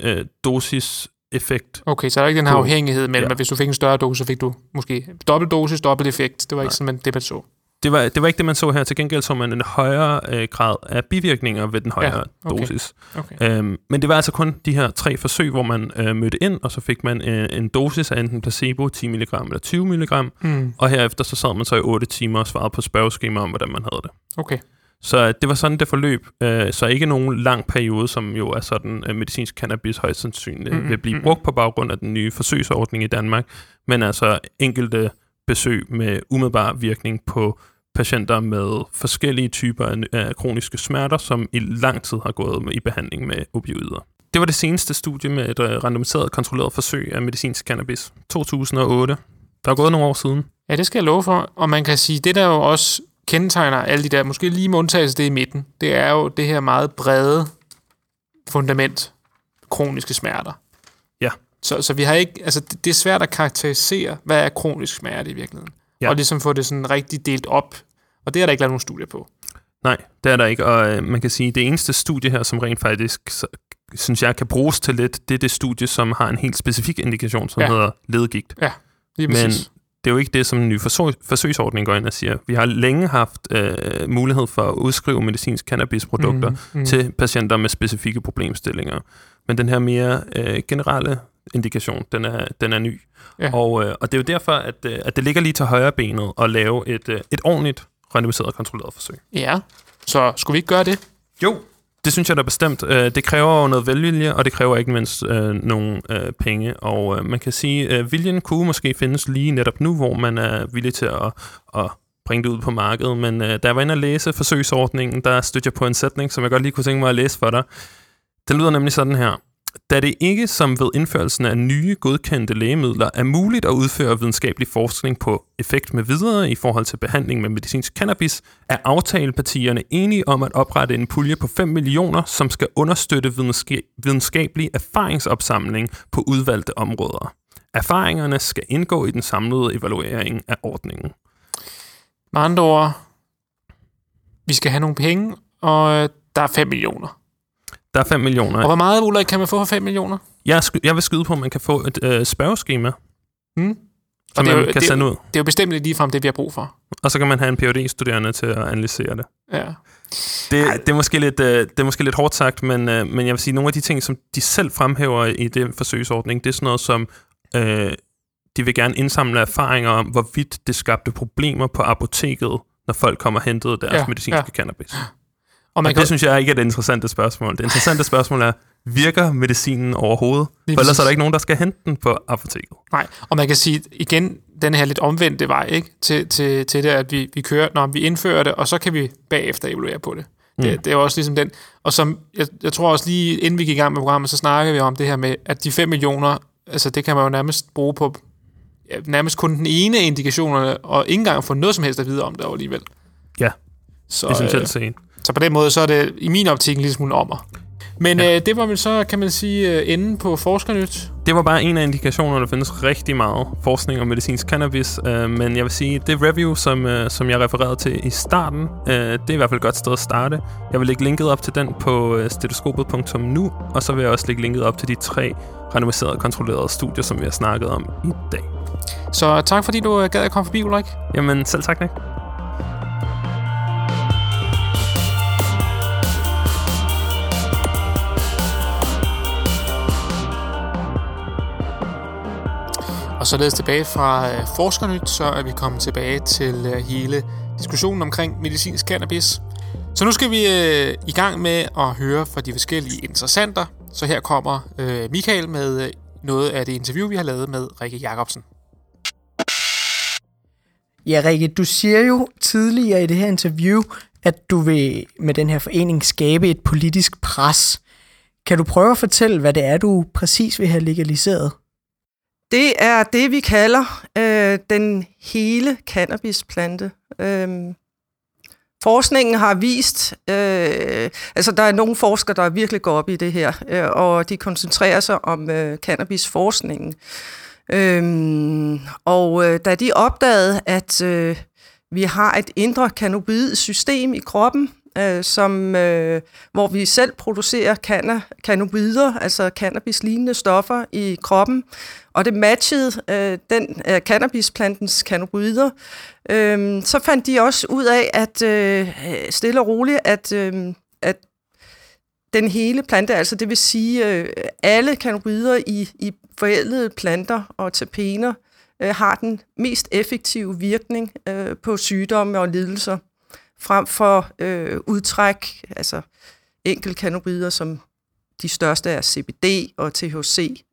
Speaker 10: dosiseffekt.
Speaker 4: Okay, så er der ikke den her afhængighed mellem, at hvis du fik en større dose, så fik du måske dobbelt dosis, dobbelt effekt. Det var ikke sådan, det man så.
Speaker 10: Det var ikke det, man så her. Til gengæld så man en højere grad af bivirkninger ved den højere dosis. Okay. Men det var altså kun de her 3 forsøg, hvor man mødte ind, og så fik man en dosis af enten placebo, 10 mg eller 20 mg, og herefter så sad man så i 8 timer og svarede på spørgeskema om, hvordan man havde det.
Speaker 4: Okay.
Speaker 10: Så det var sådan, det forløb. Så ikke nogen lang periode, som jo er sådan medicinsk cannabis højst sandsynligt vil blive brugt på baggrund af den nye forsøgsordning i Danmark, men altså enkelte besøg med umiddelbar virkning på patienter med forskellige typer af kroniske smerter, som i lang tid har gået i behandling med opioider. Det var det seneste studie med et randomiseret kontrolleret forsøg af medicinsk cannabis. 2008. Der er gået nogle år siden.
Speaker 4: Ja, det skal jeg love for. Og man kan sige, det der jo også kendetegner alle de der, måske lige med undtagelse det i midten, det er jo det her meget brede fundament, kroniske smerter.
Speaker 10: Ja.
Speaker 4: Så vi har ikke, altså det er svært at karakterisere, hvad er kronisk smerte i virkeligheden. Ja. Og ligesom få det sådan rigtig delt op. Og det er der ikke lavet nogen studier på.
Speaker 10: Nej, det er der ikke. Og man kan sige, at det eneste studie her, som rent faktisk, synes jeg, kan bruges til lidt, det er det studie, som har en helt specifik indikation, som hedder ledegigt.
Speaker 4: Ja, lige præcis.
Speaker 10: Men det er jo ikke det, som en ny forsøgsordning går ind og siger. Vi har længe haft mulighed for at udskrive medicinsk cannabisprodukter til patienter med specifikke problemstillinger. Men den her mere generelle indikation, den er ny. Ja. Og det er jo derfor, at det ligger lige til højre benet at lave et ordentligt randomiseret kontrolleret forsøg.
Speaker 4: Ja, så skulle vi ikke gøre det?
Speaker 10: Jo, det synes jeg da bestemt. Det kræver jo noget velvilje, og det kræver ikke mindst nogle penge. Og man kan sige, at viljen kunne måske findes lige netop nu, hvor man er villig til at bringe det ud på markedet. Men da jeg var inde og læse forsøgsordningen, der stødte jeg på en sætning, som jeg godt lige kunne tænke mig at læse for dig. Den lyder nemlig sådan her. Da det ikke som ved indførelsen af nye godkendte lægemidler er muligt at udføre videnskabelig forskning på effekt med videre i forhold til behandling med medicinsk cannabis, er aftalepartierne enige om at oprette en pulje på 5 millioner, som skal understøtte videnskabelig erfaringsopsamling på udvalgte områder. Erfaringerne skal indgå i den samlede evaluering af ordningen.
Speaker 4: Med andre ord, vi skal have nogle penge, og der er 5 millioner.
Speaker 10: Der er 5 millioner.
Speaker 4: Og hvor meget, Ulrik, kan man få for 5 millioner?
Speaker 10: Jeg vil skyde på, at man kan få et spørgeskema,
Speaker 4: som
Speaker 10: man kan sende ud.
Speaker 4: Det er jo bestemt lige frem det, vi har brug for.
Speaker 10: Og så kan man have en Ph.D.-studerende til at analysere det.
Speaker 4: Ja.
Speaker 10: Det er måske lidt hårdt sagt, men jeg vil sige, nogle af de ting, som de selv fremhæver i den forsøgsordning, det er sådan noget som, de vil gerne indsamle erfaringer om, hvorvidt det skabte problemer på apoteket, når folk kommer og hentede deres medicinske cannabis. Og det synes jeg ikke er det interessante spørgsmål. Det interessante spørgsmål er, virker medicinen overhovedet? For ellers er der ikke nogen, der skal hente den på apoteket.
Speaker 4: Nej, og man kan sige igen, den her lidt omvendte vej, ikke? Til det, at vi kører, når vi indfører det, og så kan vi bagefter evaluere på det. Det er også ligesom den. Og som, jeg tror også lige, inden vi gik i gang med programmet, så snakkede vi om det her med, at de 5 millioner, altså det kan man jo nærmest bruge på nærmest kun den ene af indikationerne, og ikke engang få noget som helst at vide om det alligevel.
Speaker 10: Ja,
Speaker 4: så,
Speaker 10: essentielt set.
Speaker 4: Så på den måde, så er det i min optik en lille smule ommer. Men det var vel så, kan man sige, enden på Forskernyt.
Speaker 10: Det var bare en af indikationerne. Der findes rigtig meget forskning om medicinsk cannabis, men jeg vil sige, det review, som jeg refererede til i starten, det er i hvert fald et godt sted at starte. Jeg vil lægge linket op til den på stetoskopet.nu, og så vil jeg også lægge linket op til de 3 randomiserede kontrollerede studier, som vi har snakket om i dag.
Speaker 4: Så tak fordi du gad at komme forbi, Ulrik.
Speaker 10: Jamen, selv tak, Nick.
Speaker 4: Og således tilbage fra Forskernyt, så er vi kommet tilbage til hele diskussionen omkring medicinsk cannabis. Så nu skal vi i gang med at høre fra de forskellige interessenter. Så her kommer Michael med noget af det interview, vi har lavet med Rikke Jacobsen.
Speaker 6: Ja, Rikke, du siger jo tidligere i det her interview, at du vil med den her forening skabe et politisk pres. Kan du prøve at fortælle, hvad det er, du præcis vil have legaliseret?
Speaker 7: Det er det, vi kalder den hele cannabisplante. Forskningen har vist, altså der er nogle forskere, der virkelig går op i det her, og de koncentrerer sig om cannabisforskningen. Da de opdagede, at vi har et indre cannabinoid-system i kroppen, hvor vi selv producerer cannabinoider, altså cannabis-lignende stoffer i kroppen, og det matchede den cannabisplantens cannabinoider, så fandt de også ud af, at stille og roligt, at den hele plante, altså det vil sige alle cannabinoider i forædlede planter og terpener, har den mest effektive virkning på sygdomme og lidelser, frem for udtræk, altså enkelte cannabinoider, som de største er CBD og THC.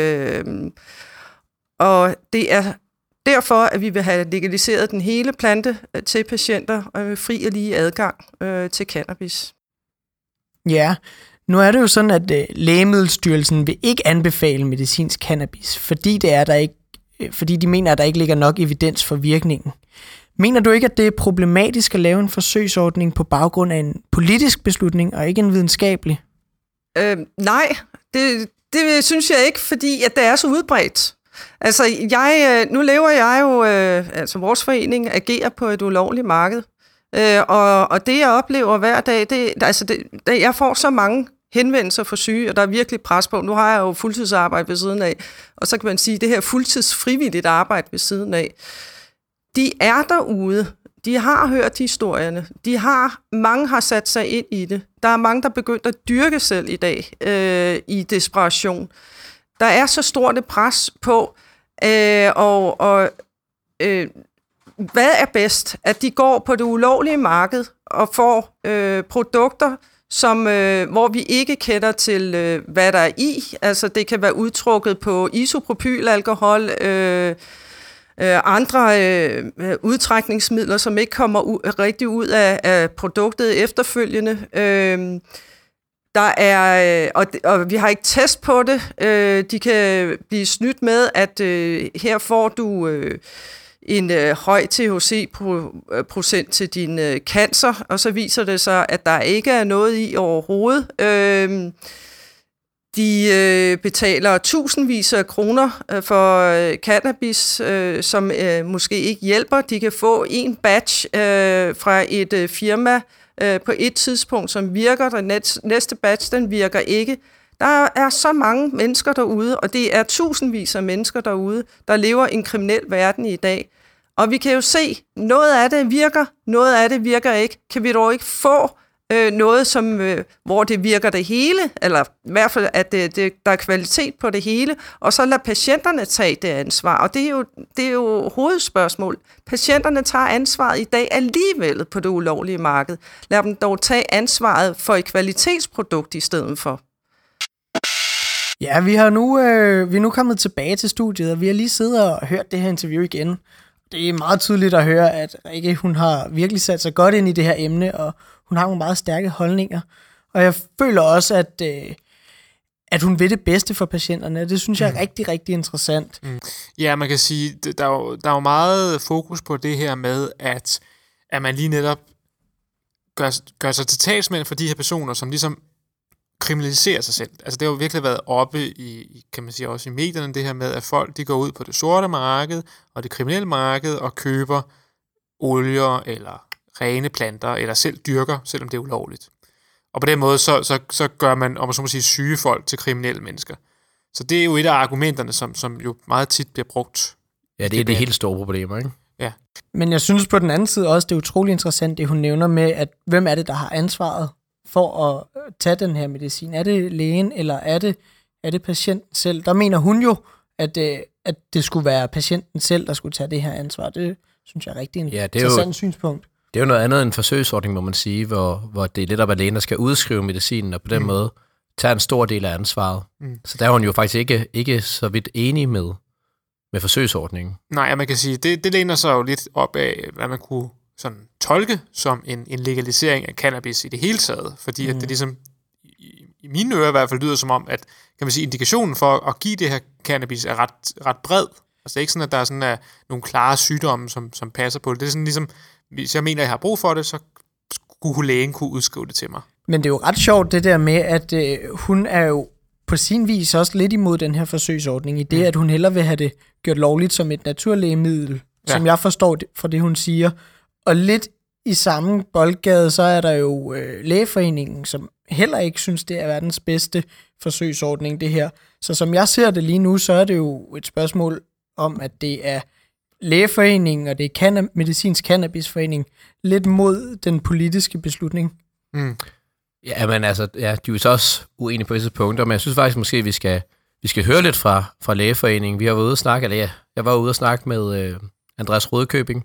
Speaker 7: Og det er derfor, at vi vil have legaliseret den hele plante til patienter og fri og lige adgang til cannabis.
Speaker 6: Ja, nu er det jo sådan, at Lægemiddelstyrelsen vil ikke anbefale medicinsk cannabis, fordi de mener, at der ikke ligger nok evidens for virkningen. Mener du ikke, at det er problematisk at lave en forsøgsordning på baggrund af en politisk beslutning, og ikke en videnskabelig?
Speaker 7: Nej, det synes jeg ikke, fordi at det er så udbredt. Altså, nu lever jeg jo, altså vores forening agerer på et ulovligt marked, og det jeg oplever hver dag, jeg får så mange henvendelser for syge, og der er virkelig pres på. Nu har jeg jo fuldtidsarbejde ved siden af, og så kan man sige, at det her fuldtidsfrivilligt arbejde ved siden af, de er derude. De har hørt historierne. Mange har sat sig ind i det. Der er mange, der er begyndt at dyrke selv i dag i desperation. Der er så stort et pres på, hvad er bedst? At de går på det ulovlige marked og får produkter, hvor vi ikke kender til, hvad der er i. Altså, det kan være udtrukket på isopropylalkohol, andre udtrækningsmidler, som ikke kommer rigtig ud af produktet efterfølgende. Der er, og vi har ikke test på det. De kan blive snydt med, at her får du en høj THC-procent til din cancer, og så viser det sig, at der ikke er noget i overhovedet. De betaler tusindvis af kroner for cannabis, som måske ikke hjælper. De kan få en batch fra et firma på et tidspunkt, som virker. Den næste batch, den virker ikke. Der er så mange mennesker derude, og det er tusindvis af mennesker derude, der lever i en kriminel verden i dag. Og vi kan jo se, noget af det virker, noget af det virker ikke. Kan vi dog ikke få noget, hvor det virker det hele, eller i hvert fald, at der er kvalitet på det hele, og så lade patienterne tage det ansvar. Og det er jo hovedspørgsmål. Patienterne tager ansvaret i dag alligevel på det ulovlige marked. Lad dem dog tage ansvaret for et kvalitetsprodukt i stedet for.
Speaker 6: Ja, vi er nu kommet tilbage til studiet, og vi har lige siddet og hørt det her interview igen. det er meget tydeligt at høre, at Rikke, hun har virkelig sat sig godt ind i det her emne, og hun har nogle meget stærke holdninger. Og jeg føler også, at hun vil det bedste for patienterne, og det synes jeg er rigtig, rigtig interessant.
Speaker 4: Ja, man kan sige, der er jo meget fokus på det her med, at man lige netop gør sig til talsmænd for de her personer, som ligesom kriminaliserer sig selv. Altså det har jo virkelig været oppe i, kan man sige, også i medierne, det her med, at folk de går ud på det sorte marked og det kriminelle marked og køber olier eller rene planter, eller selv dyrker, selvom det er ulovligt. Og på den måde, så gør man, om man så må sige, syge folk til kriminelle mennesker. Så det er jo et af argumenterne, som jo meget tit bliver brugt.
Speaker 5: Ja, det er det helt store problem, ikke?
Speaker 4: Ja.
Speaker 6: Men jeg synes på den anden side også, det er utrolig interessant, det hun nævner med, at hvem er det, der har ansvaret for at tage den her medicin? Er det lægen, eller er det patienten selv? Der mener hun jo, at det skulle være patienten selv, der skulle tage det her ansvar. Det synes jeg er rigtig interessant synspunkt.
Speaker 5: Det er jo noget andet end en forsøgsordning, må man sige, hvor det er lidt op af lægen, der skal udskrive medicinen, og på den måde tager en stor del af ansvaret. Så der er hun jo faktisk ikke så vidt enig med forsøgsordningen.
Speaker 4: Nej, man kan sige, det læner sig jo lidt op af, hvad man kunne sådan tolke som en legalisering af cannabis i det hele taget, fordi at det ligesom, i mine ører i hvert fald lyder som om, at kan man sige, indikationen for at give det her cannabis er ret bred. Altså det er ikke sådan, at der er sådan nogle klare sygdomme, som passer på det. Det er sådan ligesom, hvis jeg mener, at jeg har brug for det, så skulle lægen kunne udskrive det til mig. Men det er jo ret sjovt det der med, at hun er jo på sin vis også lidt imod den her forsøgsordning, i det, at hun hellere vil have det gjort lovligt som et naturlægemiddel, som jeg forstår fra det, hun siger. Og lidt i samme boldgade, så er der jo Lægeforeningen, som heller ikke synes, det er verdens bedste forsøgsordning, det her. Så som jeg ser det lige nu, så er det jo et spørgsmål om, at det er Lægeforeningen, og det er Medicinsk Cannabisforening, lidt mod den politiske beslutning.
Speaker 5: Ja, men altså, de er jo så også uenige på visse punkter, men jeg synes faktisk måske, vi skal høre lidt fra Lægeforeningen. Vi har været ude at snakke, jeg var ude at snakke med Andreas Rødkøbing.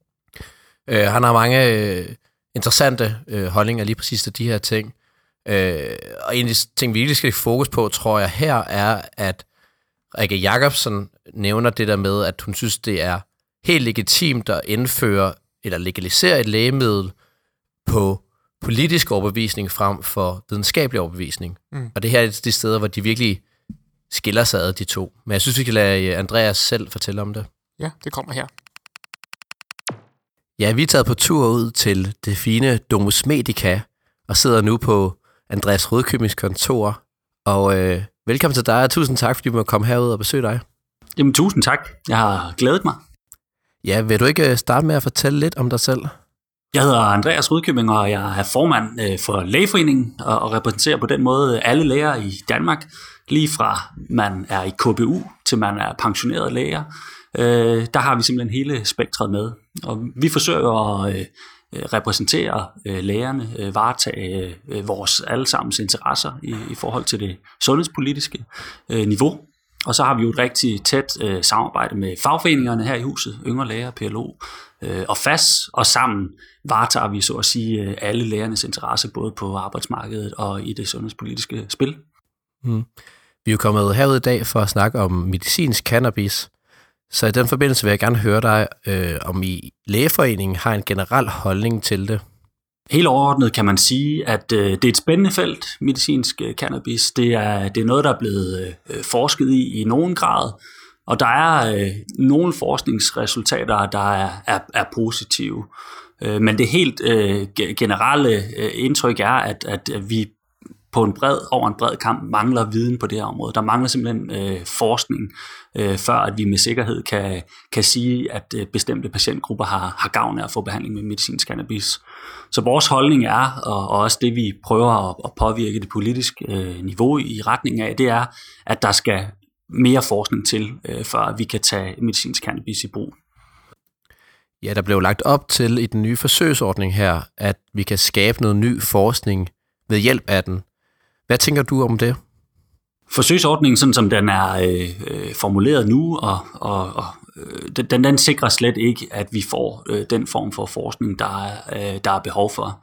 Speaker 5: Han har mange interessante holdninger lige præcis til de her ting. Og en af de ting, vi virkelig skal fokus på, tror jeg, her er, at Rikke Jacobsen nævner det der med, at hun synes, det er helt legitimt at indføre eller legalisere et lægemiddel på politisk overbevisning frem for videnskabelig overbevisning. Og det her er de steder, hvor de virkelig skiller sig ad, de to. Men jeg synes, vi kan lade Andreas selv fortælle om det.
Speaker 4: Ja, det kommer her.
Speaker 5: Ja, vi er taget på tur ud til det fine Domus Medica, og sidder nu på Andreas Rødkøbings kontor. Og velkommen til dig, og tusind tak, fordi du må komme herud og besøge dig.
Speaker 11: Jamen, tusind tak. Jeg har glædet mig.
Speaker 5: Ja, vil du ikke starte med at fortælle lidt om dig selv?
Speaker 11: Jeg hedder Andreas Rødkøbing, og jeg er formand for Lægeforeningen, og repræsenterer på den måde alle læger i Danmark, lige fra man er i KBU til man er pensioneret læger. Der har vi simpelthen hele spektret med, og vi forsøger at repræsentere lægerne, varetage vores allesammens interesser i forhold til det sundhedspolitiske niveau. Og så har vi jo et rigtig tæt samarbejde med fagforeningerne her i huset, Yngre Læger, PLO og FAS, og sammen varetager vi så at sige alle lægernes interesse, både på arbejdsmarkedet og i det sundhedspolitiske spil.
Speaker 5: Vi er jo kommet herud i dag for at snakke om medicinsk cannabis, så i den forbindelse vil jeg gerne høre dig, om I Lægeforeningen har en generel holdning til det.
Speaker 11: Helt overordnet kan man sige, at det er et spændende felt, medicinsk cannabis. Det er noget, der er blevet forsket i nogen grad, og der er nogle forskningsresultater, der er positive. Men det helt generelle indtryk er, at vi over en bred kamp mangler viden på det her område. Der mangler simpelthen forskning, før at vi med sikkerhed kan sige, at bestemte patientgrupper har gavn af at få behandling med medicinsk cannabis. Så vores holdning er, og også det vi prøver at påvirke det politiske niveau i retning af, det er, at der skal mere forskning til, før vi kan tage medicinsk cannabis i brug.
Speaker 5: Ja, der blev lagt op til i den nye forsøgsordning her, at vi kan skabe noget ny forskning ved hjælp af den. Hvad tænker du om det?
Speaker 11: Forsøgsordningen, sådan som den er formuleret nu, den sikrer slet ikke, at vi får den form for forskning, der er behov for.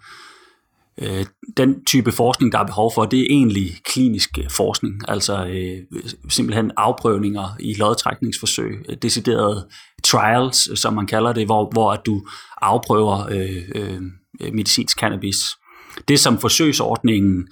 Speaker 11: Den type forskning, der er behov for, det er egentlig klinisk forskning, altså simpelthen afprøvninger i lodtrækningsforsøg, deciderede trials, som man kalder det, hvor at du afprøver medicinsk cannabis. Det, som forsøgsordningen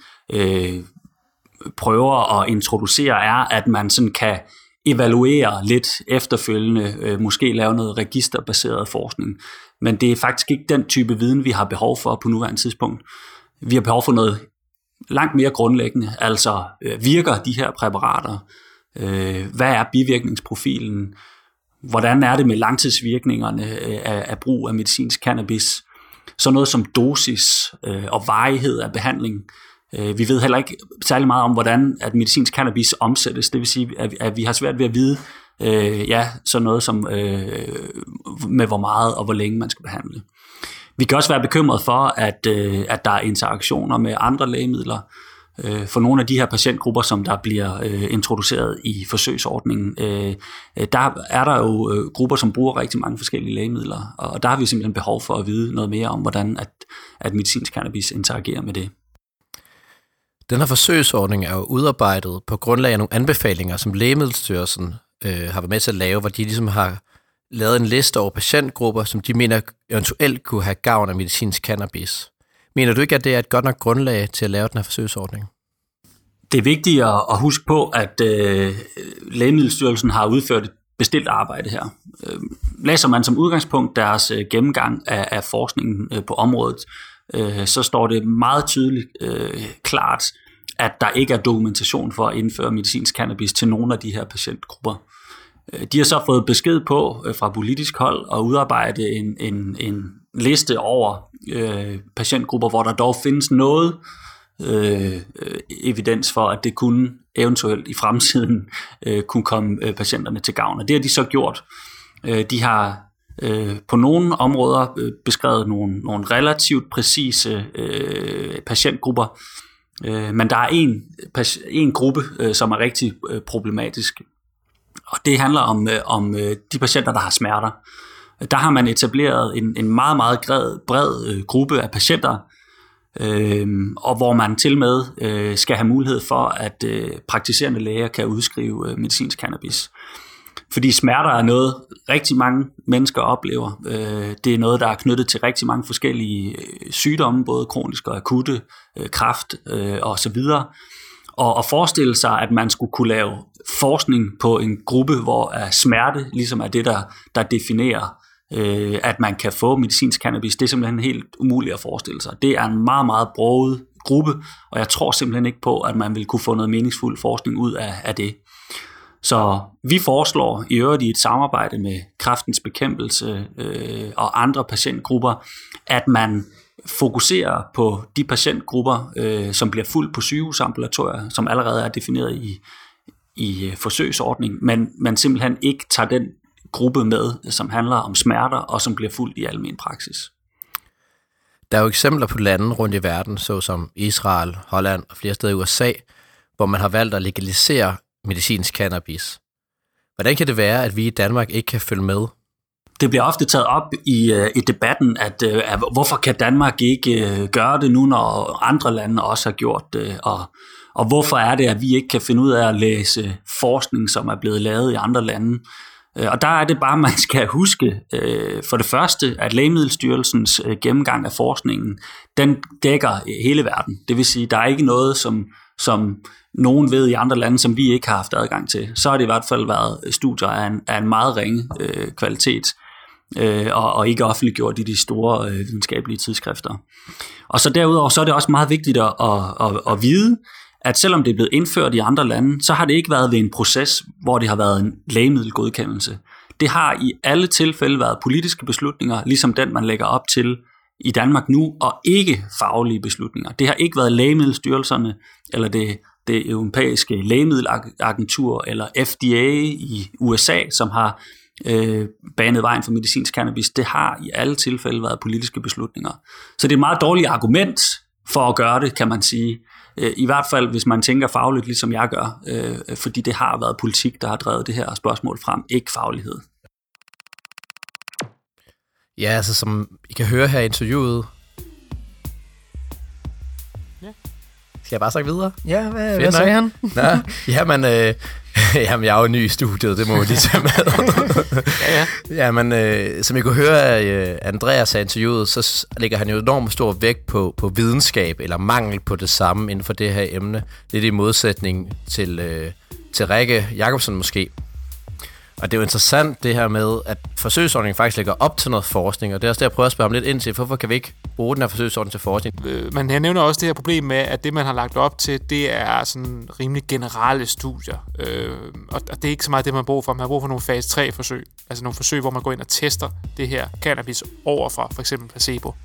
Speaker 11: prøver at introducere, er, at man sådan kan evaluere lidt efterfølgende, måske lave noget registerbaseret forskning. Men det er faktisk ikke den type viden, vi har behov for på nuværende tidspunkt. Vi har behov for noget langt mere grundlæggende, altså virker de her præparater? Hvad er bivirkningsprofilen? Hvordan er det med langtidsvirkningerne af brug af medicinsk cannabis? Så noget som dosis og varighed af behandling. Vi ved heller ikke særlig meget om, hvordan at medicinsk cannabis omsættes. Det vil sige, at vi har svært ved at vide, sådan noget som med hvor meget og hvor længe man skal behandle. Vi kan også være bekymret for, at der er interaktioner med andre lægemidler. For nogle af de her patientgrupper, som der bliver introduceret i forsøgsordningen, der er der jo grupper, som bruger rigtig mange forskellige lægemidler, og der har vi simpelthen behov for at vide noget mere om, hvordan at medicinsk cannabis interagerer med det.
Speaker 5: Den her forsøgsordning er jo udarbejdet på grundlag af nogle anbefalinger, som Lægemiddelstyrelsen har været med til at lave, hvor de ligesom har lavet en liste over patientgrupper, som de mener eventuelt kunne have gavn af medicinsk cannabis. Mener du ikke, at det er et godt nok grundlag til at lave den her forsøgsordning?
Speaker 11: Det er vigtigt at huske på, at Lægemiddelstyrelsen har udført et bestilt arbejde her. Læser man som udgangspunkt deres gennemgang af forskningen på området, så står det meget tydeligt klart, at der ikke er dokumentation for at indføre medicinsk cannabis til nogle af de her patientgrupper. De har så fået besked på fra politisk hold at udarbejde en liste over patientgrupper, hvor der dog findes noget evidens for, at det kunne eventuelt i fremtiden kunne komme patienterne til gavn. Og det har de så gjort. De har på nogle områder beskrevet nogle relativt præcise patientgrupper, men der er en gruppe, som er rigtig problematisk. Og det handler om de patienter, der har smerter. Der har man etableret en meget, meget bred gruppe af patienter, og hvor man til med skal have mulighed for, at praktiserende læger kan udskrive medicinsk cannabis. Fordi smerter er noget, rigtig mange mennesker oplever. Det er noget, der er knyttet til rigtig mange forskellige sygdomme, både kroniske og akutte, kræft og så videre. Og at forestille sig, at man skulle kunne lave forskning på en gruppe, hvor smerte ligesom er det, der definerer, at man kan få medicinsk cannabis, det er simpelthen helt umuligt at forestille sig. Det er en meget, meget broget gruppe, og jeg tror simpelthen ikke på, at man vil kunne få noget meningsfuld forskning ud af det. Så vi foreslår i øvrigt i et samarbejde med Kræftens Bekæmpelse og andre patientgrupper, at man fokuserer på de patientgrupper, som bliver fulgt på sygehusambulatorier, som allerede er defineret i forsøgsordningen, men man simpelthen ikke tager den gruppe med, som handler om smerter og som bliver fulgt i almen praksis.
Speaker 5: Der er jo eksempler på lande rundt i verden, såsom Israel, Holland og flere steder i USA, hvor man har valgt at legalisere medicinsk cannabis. Hvordan kan det være, at vi i Danmark ikke kan følge med?
Speaker 11: Det bliver ofte taget op i debatten, at hvorfor kan Danmark ikke gøre det nu, når andre lande også har gjort det, og hvorfor er det, at vi ikke kan finde ud af at læse forskning, som er blevet lavet i andre lande. Og der er det bare, man skal huske for det første, at Lægemiddelstyrelsens gennemgang af forskningen, den dækker hele verden. Det vil sige, der er ikke noget, som nogen ved i andre lande, som vi ikke har haft adgang til. Så har det i hvert fald været studier af en meget ringe kvalitet, og ikke offentliggjort i de store videnskabelige tidsskrifter. Og så derudover, så er det også meget vigtigt at vide, at selvom det er blevet indført i andre lande, så har det ikke været ved en proces, hvor det har været en lægemiddelgodkendelse. Det har i alle tilfælde været politiske beslutninger, ligesom den, man lægger op til i Danmark nu, og ikke faglige beslutninger. Det har ikke været Lægemiddelstyrelserne, eller det europæiske lægemiddelagentur, eller FDA i USA, som har banet vejen for medicinsk cannabis. Det har i alle tilfælde været politiske beslutninger. Så det er et meget dårligt argument for at gøre det, kan man sige. I hvert fald, hvis man tænker fagligt, ligesom jeg gør, fordi det har været politik, der har drevet det her spørgsmål frem, ikke faglighed.
Speaker 5: Ja, altså som I kan høre her i interviewet. Ja. Skal jeg bare snakke videre?
Speaker 6: Ja, hvad sagde han?
Speaker 5: Jamen, Jamen, jeg er jo ny i studiet, det må vi lige tage med. Jamen, som I kunne høre af Andreas' interviewet, så lægger han jo enormt stor vægt på videnskab, eller mangel på det samme inden for det her emne. Det er det i modsætning til Rikke Jacobsen måske. Og det er jo interessant det her med, at forsøgsordningen faktisk lægger op til noget forskning, og det er også det, jeg prøver at spørge ham lidt ind til. Hvorfor kan vi ikke bruge den her forsøgsordning til forskning?
Speaker 4: Men jeg nævner også det her problem med, at det, man har lagt op til, det er sådan rimelig generelle studier. Og det er ikke så meget det, man har brug for. Man har brug for nogle fase 3-forsøg. Altså nogle forsøg, hvor man går ind og tester det her cannabis over for eksempel placebo.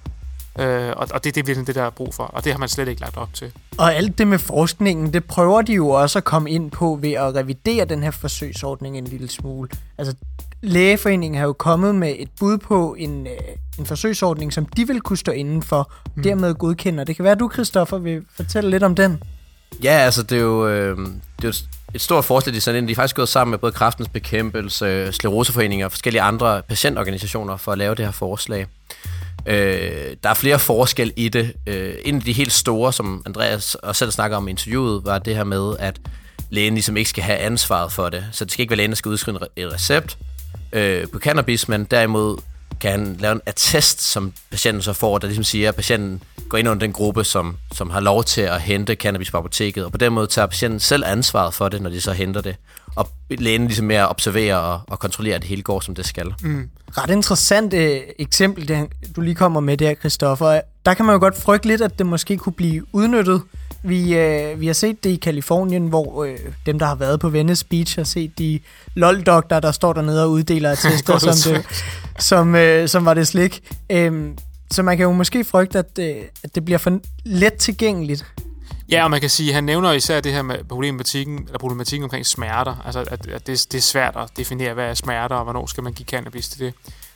Speaker 4: Og det er virkelig det, der er brug for. Og det har man slet ikke lagt op til.
Speaker 6: Og alt det med forskningen, det prøver de jo også at komme ind på ved at revidere den her forsøgsordning en lille smule. Altså, Lægeforeningen har jo kommet med et bud på en forsøgsordning, som de vil kunne stå inden for, dermed godkender. Det kan være, du, Christoffer, vil fortælle lidt om den.
Speaker 5: Ja, altså det er jo et stort forslag, de er faktisk gået sammen med både Kræftens Bekæmpelse, Skleroseforeninger og forskellige andre patientorganisationer for at lave det her forslag. Der er flere forskel i det. En af de helt store, som Andreas også selv snakker om i interviewet, var det her med, at lægen ligesom ikke skal have ansvaret for det. Så det skal ikke være lægen, der skal udskrive et recept på cannabis, men derimod kan han lave en attest, som patienten så får, der ligesom siger, at patienten går ind under den gruppe, som har lov til at hente cannabis på apoteket, og på den måde tager patienten selv ansvaret for det, når de så henter det. Og lægen ligesom mere observerer og kontrollerer, at det hele går, som det skal.
Speaker 6: Ret interessant eksempel, det du lige kommer med der, Christoffer. Der kan man jo godt frygte lidt, at det måske kunne blive udnyttet. Vi har set det i Kalifornien, hvor dem, der har været på Venice Beach, har set de LOL-doktorer, der står dernede og uddeler attester, som var det slik. Så man kan jo måske frygte, at det bliver for let tilgængeligt.
Speaker 4: Ja, og man kan sige, at han nævner især det her med problematikken omkring smerter. Altså, at det er svært at definere, hvad er smerter, og hvornår skal man give cannabis til det.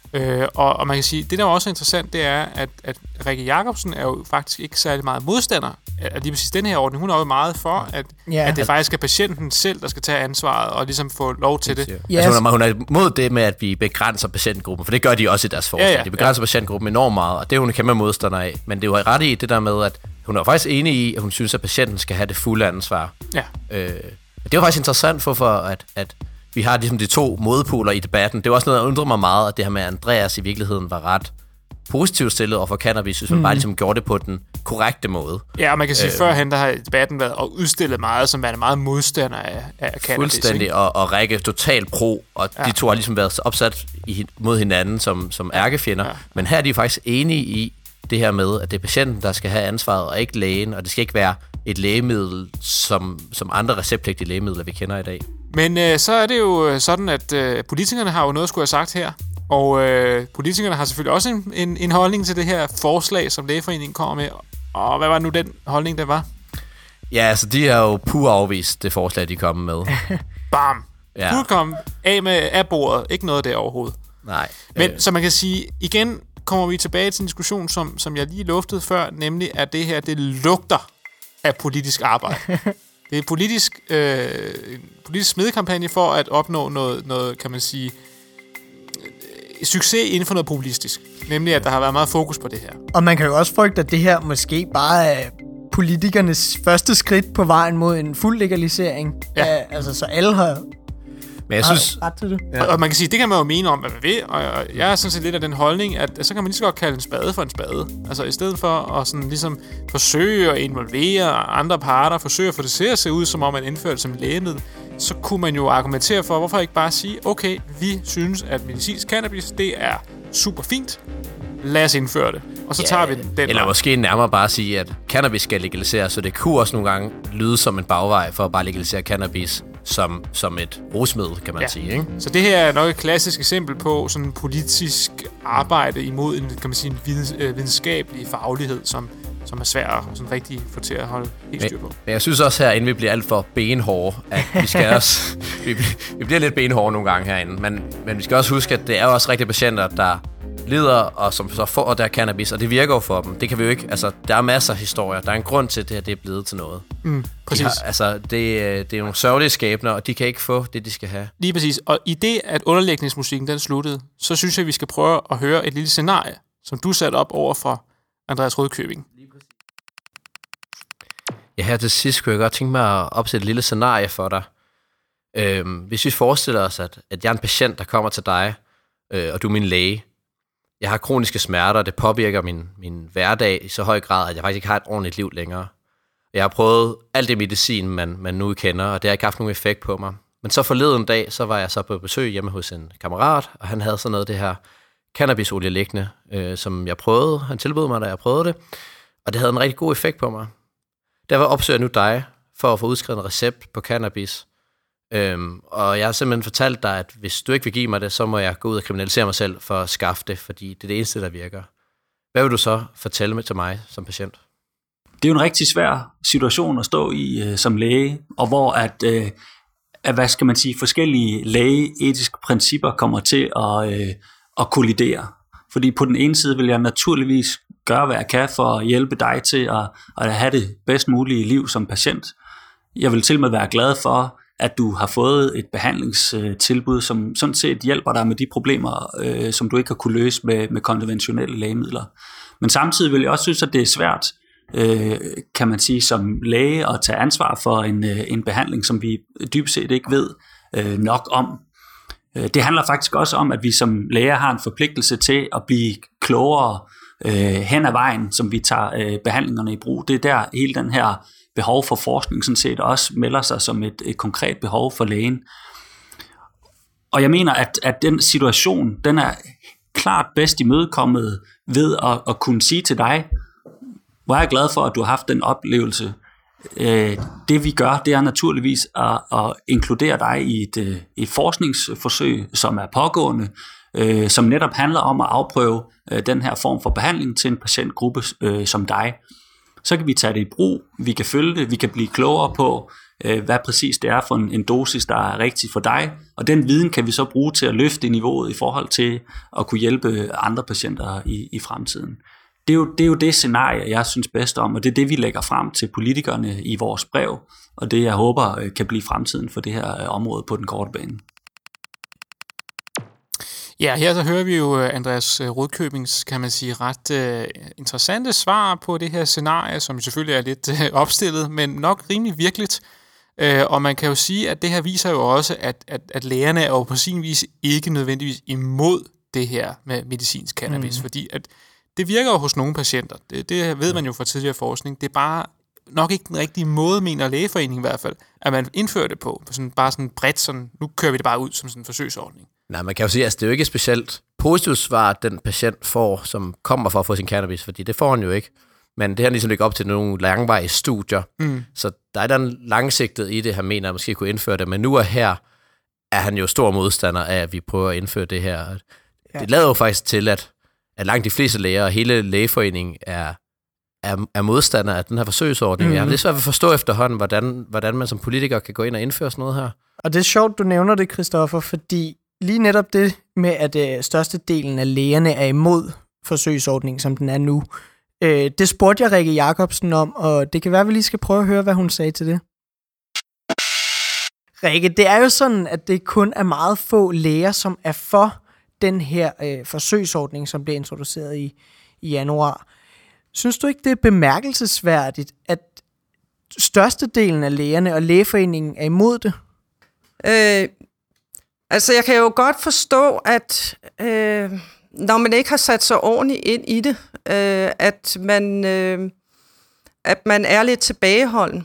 Speaker 4: Og man kan sige, det der er også interessant, det er, at Rikke Jacobsen er jo faktisk ikke særlig meget modstander af lige præcis den her ordning. Hun er jo meget for, at det faktisk er patienten selv, der skal tage ansvaret og ligesom få lov til det.
Speaker 5: Altså, hun er imod det med, at vi begrænser patientgruppen, for det gør de også i deres forslag. Ja. De begrænser patientgruppen enormt meget, og det er hun kæmpe modstander af. Men det er jo ret i det der med, at hun er faktisk enig i, at hun synes, at patienten skal have det fulde ansvar. Ja. Det er jo faktisk interessant for at vi har ligesom de to modpoler i debatten. Det er også noget, der undrer mig meget, at det her med Andreas i virkeligheden var ret positivt stillet over for cannabis, hvis man bare ligesom gjorde det på den korrekte måde. Ja,
Speaker 4: og man kan sige, førhen der har debatten været og udstillet meget, som er meget modstander af cannabis.
Speaker 5: Fuldstændig, og Rikke totalt pro, og de to har ligesom været opsat mod hinanden som ærkefjender. Ja. Men her er de faktisk enige i det her med, at det er patienten, der skal have ansvaret, og ikke lægen, og det skal ikke være et lægemiddel, som andre receptpligtige lægemidler, vi kender i dag. Men
Speaker 4: så er det jo sådan, at politikerne har jo noget at skulle have sagt her, og politikerne har selvfølgelig også en holdning til det her forslag, som Lægeforeningen kommer med. Og hvad var nu den holdning, der var?
Speaker 5: Ja, altså de har jo pur afvist det forslag, de kom med.
Speaker 4: Bam! Ja. Pur kom af bordet. Ikke noget der overhovedet.
Speaker 5: Nej.
Speaker 4: Men så man kan sige, igen kommer vi tilbage til en diskussion, som jeg lige luftede før, nemlig at det her, det lugter af politisk arbejde. Det er politisk smedekampagne for at opnå noget, kan man sige, succes inden for noget populistisk. Nemlig, at der har været meget fokus på det her.
Speaker 6: Og man kan jo også frygte, at det her måske bare er politikernes første skridt på vejen mod en fuld legalisering. Ja. Altså, så alle har...
Speaker 5: Men jeg synes,
Speaker 6: ret til det.
Speaker 4: Ja. Og man kan sige, det kan man jo mene om, hvad man vil, og jeg er sådan set lidt af den holdning, at så kan man lige så godt kalde en spade for en spade. Altså i stedet for at sådan ligesom forsøge at involvere andre parter, forsøge at få det til at se ud, som om man indfører det som et lægemiddel, så kunne man jo argumentere for, hvorfor ikke bare sige, okay, vi synes, at medicinsk cannabis, det er super fint, lad os indføre det. Og så tager vi den.
Speaker 5: Eller måske nærmere bare sige, at cannabis skal legaliseres, så det kunne også nogle gange lyde som en bagvej for at bare legalisere cannabis som et rusmiddel, kan man sige. Ikke?
Speaker 4: Så det her er nok et klassisk eksempel på sådan en politisk arbejde imod en, kan man sige, en videnskabelig faglighed, som er svær at sådan rigtig få til at holde helt styr på.
Speaker 5: Men jeg synes også her, inden vi bliver alt for benhårde, at vi skal også... vi bliver lidt benhårde nogle gange herinde, men vi skal også huske, at det er også rigtige patienter, der lider, og som så får der cannabis, og det virker jo for dem. Det kan vi jo ikke... Altså, der er masser af historier. Der er en grund til, at det her det er blevet til noget.
Speaker 4: Præcis.
Speaker 5: Det er nogle sørgelige skæbner, og de kan ikke få det, de skal have.
Speaker 4: Lige præcis. Og i det, at underlægningsmusikken den sluttede, så synes jeg, vi skal prøve at høre et lille scenarie, som du satte op over for Andreas Rødkøbing.
Speaker 5: Ja, her til sidst kunne jeg godt tænke mig at opsætte et lille scenarie for dig. Hvis vi forestiller os, at jeg er en patient, der kommer til dig, og du er min læge. Jeg har kroniske smerter, det påvirker min hverdag i så høj grad, at jeg faktisk ikke har et ordentligt liv længere. Jeg har prøvet alt det medicin, man nu kender, og det har ikke haft nogen effekt på mig. Men så forleden dag, så var jeg så på besøg hjemme hos en kammerat, og han havde sådan noget det her cannabisolie liggende, som jeg prøvede. Han tilbød mig, da jeg prøvede det, og det havde en rigtig god effekt på mig. Derfor opsøger jeg nu dig for at få udskrevet en recept på cannabis. Og jeg har simpelthen fortalt dig, at hvis du ikke vil give mig det, så må jeg gå ud og kriminalisere mig selv for at skaffe det, fordi det er det eneste, der virker. Hvad vil du så fortælle med til mig som patient?
Speaker 11: Det er jo en rigtig svær situation at stå i som læge, og hvor at hvad skal man sige, forskellige lægeetiske principper kommer til at kollidere. Fordi på den ene side vil jeg naturligvis gøre, hvad jeg kan for at hjælpe dig til at have det bedst mulige liv som patient. Jeg vil til og med være glad for, at du har fået et behandlingstilbud, som sådan set hjælper dig med de problemer, som du ikke har kunne løse med konventionelle lægemidler. Men samtidig vil jeg også synes, at det er svært, kan man sige, som læge at tage ansvar for en behandling, som vi dybest set ikke ved nok om. Det handler faktisk også om, at vi som læger har en forpligtelse til at blive klogere hen ad vejen, som vi tager behandlingerne i brug. Det er der hele den her behov for forskning sådan set også melder sig som et konkret behov for lægen. Og jeg mener, at den situation, den er klart bedst imødekommet ved at kunne sige til dig, hvor er jeg glad for, at du har haft den oplevelse. Det vi gør, det er naturligvis at inkludere dig i et forskningsforsøg, som er pågående, som netop handler om at afprøve den her form for behandling til en patientgruppe som dig. Så kan vi tage det i brug, vi kan følge det, vi kan blive klogere på, hvad præcis det er for en dosis, der er rigtig for dig, og den viden kan vi så bruge til at løfte niveauet i forhold til at kunne hjælpe andre patienter i fremtiden. Det er jo det scenarie, jeg synes bedst om, og det er det, vi lægger frem til politikerne i vores brev, og det, jeg håber, kan blive fremtiden for det her område på den korte bane.
Speaker 4: Ja, her så hører vi jo Andreas Rudkjøbings, kan man sige, ret interessante svar på det her scenarie, som selvfølgelig er lidt opstillet, men nok rimelig virkeligt. Og man kan jo sige, at det her viser jo også, at lægerne er jo på sin vis ikke nødvendigvis imod det her med medicinsk cannabis, fordi at det virker jo hos nogle patienter. Det ved man jo fra tidligere forskning. Det er bare nok ikke den rigtige måde, mener Lægeforeningen i hvert fald, at man indfører det på. Bare sådan bredt, sådan, nu kører vi det bare ud som sådan en forsøgsordning. Nej, man kan jo sige, at det er jo ikke et specielt positivt svar, den patient får, som kommer for at få sin cannabis, fordi det får han jo ikke. Men det har ligesom ikke op til nogle langvarige studier. Så der er den langsigtet i det, han mener, at måske kunne indføre det. Men nu og her er han jo stor modstander af, at vi prøver at indføre det her. Ja. Det lader jo faktisk til, at langt de fleste læger og hele Lægeforeningen er modstander af den her forsøgsordning. Ja, det er svært at forstå efterhånden, hvordan man som politiker kan gå ind og indføre sådan noget her. Og det er sjovt, du nævner det, Christoffer, fordi lige netop det med, at størstedelen af lægerne er imod forsøgsordningen, som den er nu, det spurgte jeg Rikke Jacobsen om, og det kan være, at vi lige skal prøve at høre, hvad hun sagde til det. Rikke, det er jo sådan, at det kun er meget få læger, som er for den her forsøgsordning, som blev introduceret i januar. Synes du ikke, det er bemærkelsesværdigt, at størstedelen af lægerne og Lægeforeningen er imod det?
Speaker 7: Altså, jeg kan jo godt forstå, at når man ikke har sat sig ordentligt ind i det, at man er lidt tilbageholden.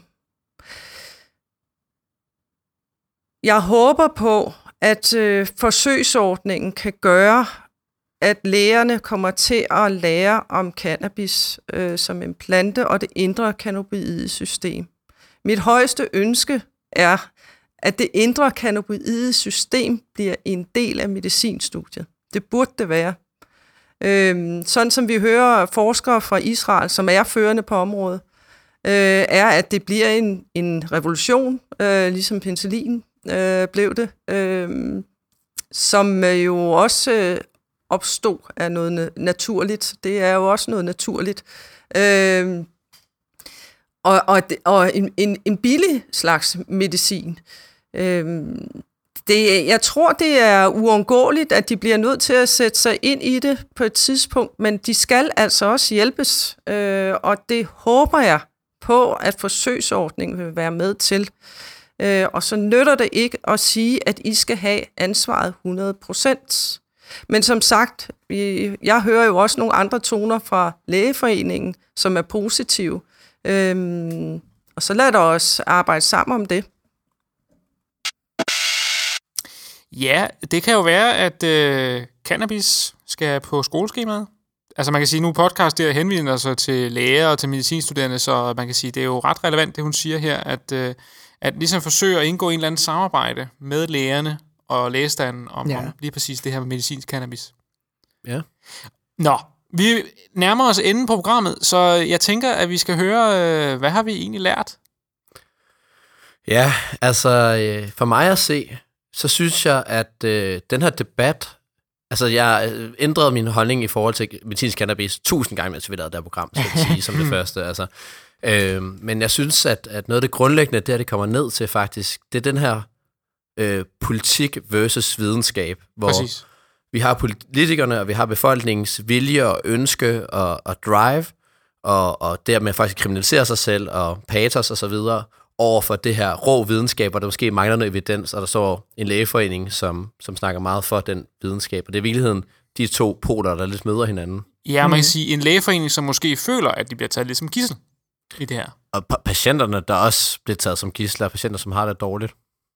Speaker 7: Jeg håber på, at forsøgsordningen kan gøre, at lægerne kommer til at lære om cannabis som en plante og det indre cannabinoide system. Mit højeste ønske er, at det indre cannabinoide system bliver en del af medicinstudiet. Det burde det være. Sådan som vi hører forskere fra Israel, som er førende på området, er, at det bliver en revolution, ligesom penicillin blev det, som jo også opstod af noget naturligt. Det er jo også noget naturligt. Og en billig slags medicin. Jeg tror, det er uundgåeligt, at de bliver nødt til at sætte sig ind i det på et tidspunkt, men de skal altså også hjælpes, og det håber jeg på, at forsøgsordningen vil være med til. Og så nytter det ikke at sige, at I skal have ansvaret 100%. Men som sagt, jeg hører jo også nogle andre toner fra Lægeforeningen, som er positive. Og så lad os arbejde sammen om det.
Speaker 4: Ja, det kan jo være, at cannabis skal på skoleskemaet. Altså man kan sige, nu podcast der henvender sig til læger og til medicinstuderende, så man kan sige, det er jo ret relevant, det hun siger her, at ligesom forsøge at indgå en eller anden samarbejde med lægerne og lægestanden om lige præcis det her med medicinsk cannabis.
Speaker 5: Ja.
Speaker 4: Nå, vi nærmer os enden på programmet, så jeg tænker, at vi skal høre, hvad har vi egentlig lært?
Speaker 5: Ja, altså for mig at se, så synes jeg, at den her debat, altså jeg ændrede min holdning i forhold til medicinsk cannabis 1000 gange, mens vi lavede det her program, skal jeg sige, som det første. Altså. Men jeg synes, at noget af det grundlæggende, det kommer ned til faktisk, det er den her politik versus videnskab, hvor vi har politikerne, og vi har befolkningens vilje og ønske og drive, og dermed faktisk kriminalisere sig selv og patos og så videre, over for det her rå videnskab, hvor der måske mangler noget evidens, og der står en lægeforening, som snakker meget for den videnskab. Og det er i virkeligheden de to poler, der lidt møder hinanden.
Speaker 4: Ja, man kan sige en lægeforening, som måske føler, at de bliver taget lidt som gidsel i det her.
Speaker 5: Og patienterne, der også bliver taget som gidsler, patienter, som har det dårligt.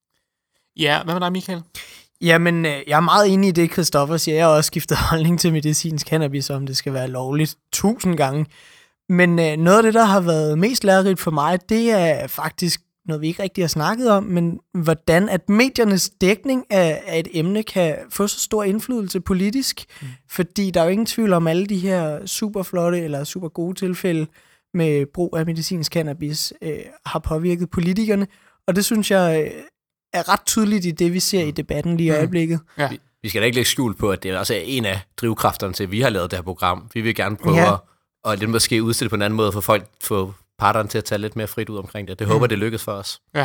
Speaker 4: Ja, hvad med dig, Michael?
Speaker 6: Jamen, jeg er meget enig i det, Christoffer siger. Jeg har også skiftet holdning til medicinsk cannabis, om det skal være lovligt 1000 gange. Men noget af det, der har været mest lærerigt for mig, det er faktisk noget, vi ikke rigtig har snakket om, men hvordan at mediernes dækning af et emne kan få så stor indflydelse politisk. Fordi der er jo ingen tvivl om, alle de her super flotte eller super gode tilfælde med brug af medicinsk cannabis har påvirket politikerne. Og det synes jeg er ret tydeligt i det, vi ser i debatten lige i øjeblikket.
Speaker 4: Ja.
Speaker 5: Vi skal da ikke lægge skjul på, at det er også en af drivkræfterne til, at vi har lavet det her program. Vi vil gerne prøve at lidt måske udstille på en anden måde, for få parterne til at tage lidt mere frit ud omkring det. Det håber, det lykkes for os.
Speaker 4: Ja.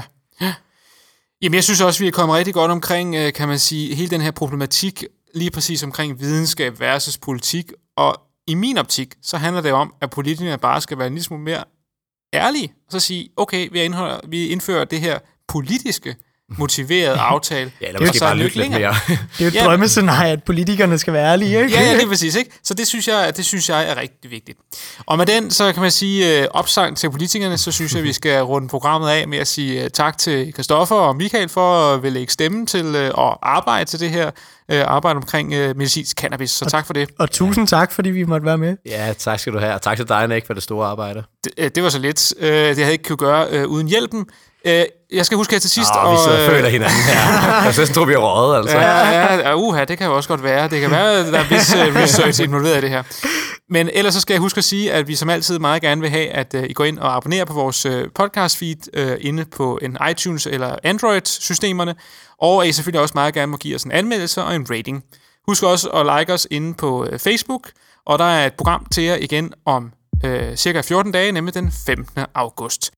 Speaker 4: Jamen, jeg synes også, vi er kommet rigtig godt omkring, kan man sige, hele den her problematik, lige præcis omkring videnskab versus politik. Og i min optik, så handler det om, at politikerne bare skal være en lille smule mere ærlige, og så sige, okay, vi indfører det her politiske motiveret aftale.
Speaker 5: Ja, eller måske bare lytte lidt mere.
Speaker 6: Det er jo et drømmescenarie, at politikerne skal være ærlige, ikke?
Speaker 4: Ja, det er præcis, ikke? Så det synes jeg er rigtig vigtigt. Og med den, så kan man sige opsang til politikerne, så synes jeg, vi skal runde programmet af med at sige tak til Christoffer og Michael for at lægge stemme til at arbejde til det her arbejde omkring medicinsk cannabis. Så tak for det.
Speaker 6: Og tusind tak, fordi vi måtte være med.
Speaker 5: Ja, tak skal du have. Og tak til dig, Nick, for det store arbejde.
Speaker 4: Det var så lidt. Det havde jeg ikke kunne gøre uden hjælpen. Jeg skal huske her til sidst.
Speaker 5: Vi sidder og føler hinanden her. Jeg synes, tror vi er røget, altså.
Speaker 4: Ja, det kan jo også godt være. Det kan være, der er vis research involveret i det her. Men ellers så skal jeg huske at sige, at vi som altid meget gerne vil have, at I går ind og abonnerer på vores podcast feed inde på en iTunes eller Android-systemerne. Og at I selvfølgelig også meget gerne må give os en anmeldelse og en rating. Husk også at like os inde på Facebook. Og der er et program til jer igen om cirka 14 dage, nemlig den 15. august.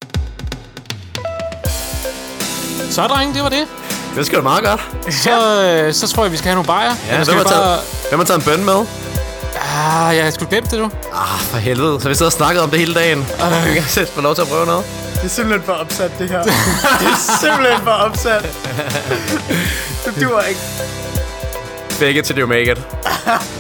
Speaker 4: Så, drenge, det var det.
Speaker 5: Det skal du meget godt.
Speaker 4: Så tror jeg, vi skal have nogle bajer.
Speaker 5: Ja, hvem har taget en bønne med?
Speaker 4: Jeg skulle glemme det nu.
Speaker 5: For helvede. Så vi sidder og snakket om det hele dagen. Vi kan selv få lov til at prøve noget.
Speaker 6: Det er simpelthen for opsat, det her. Det er simpelthen for opsat. Det duer ikke.
Speaker 5: Fake it till you make it.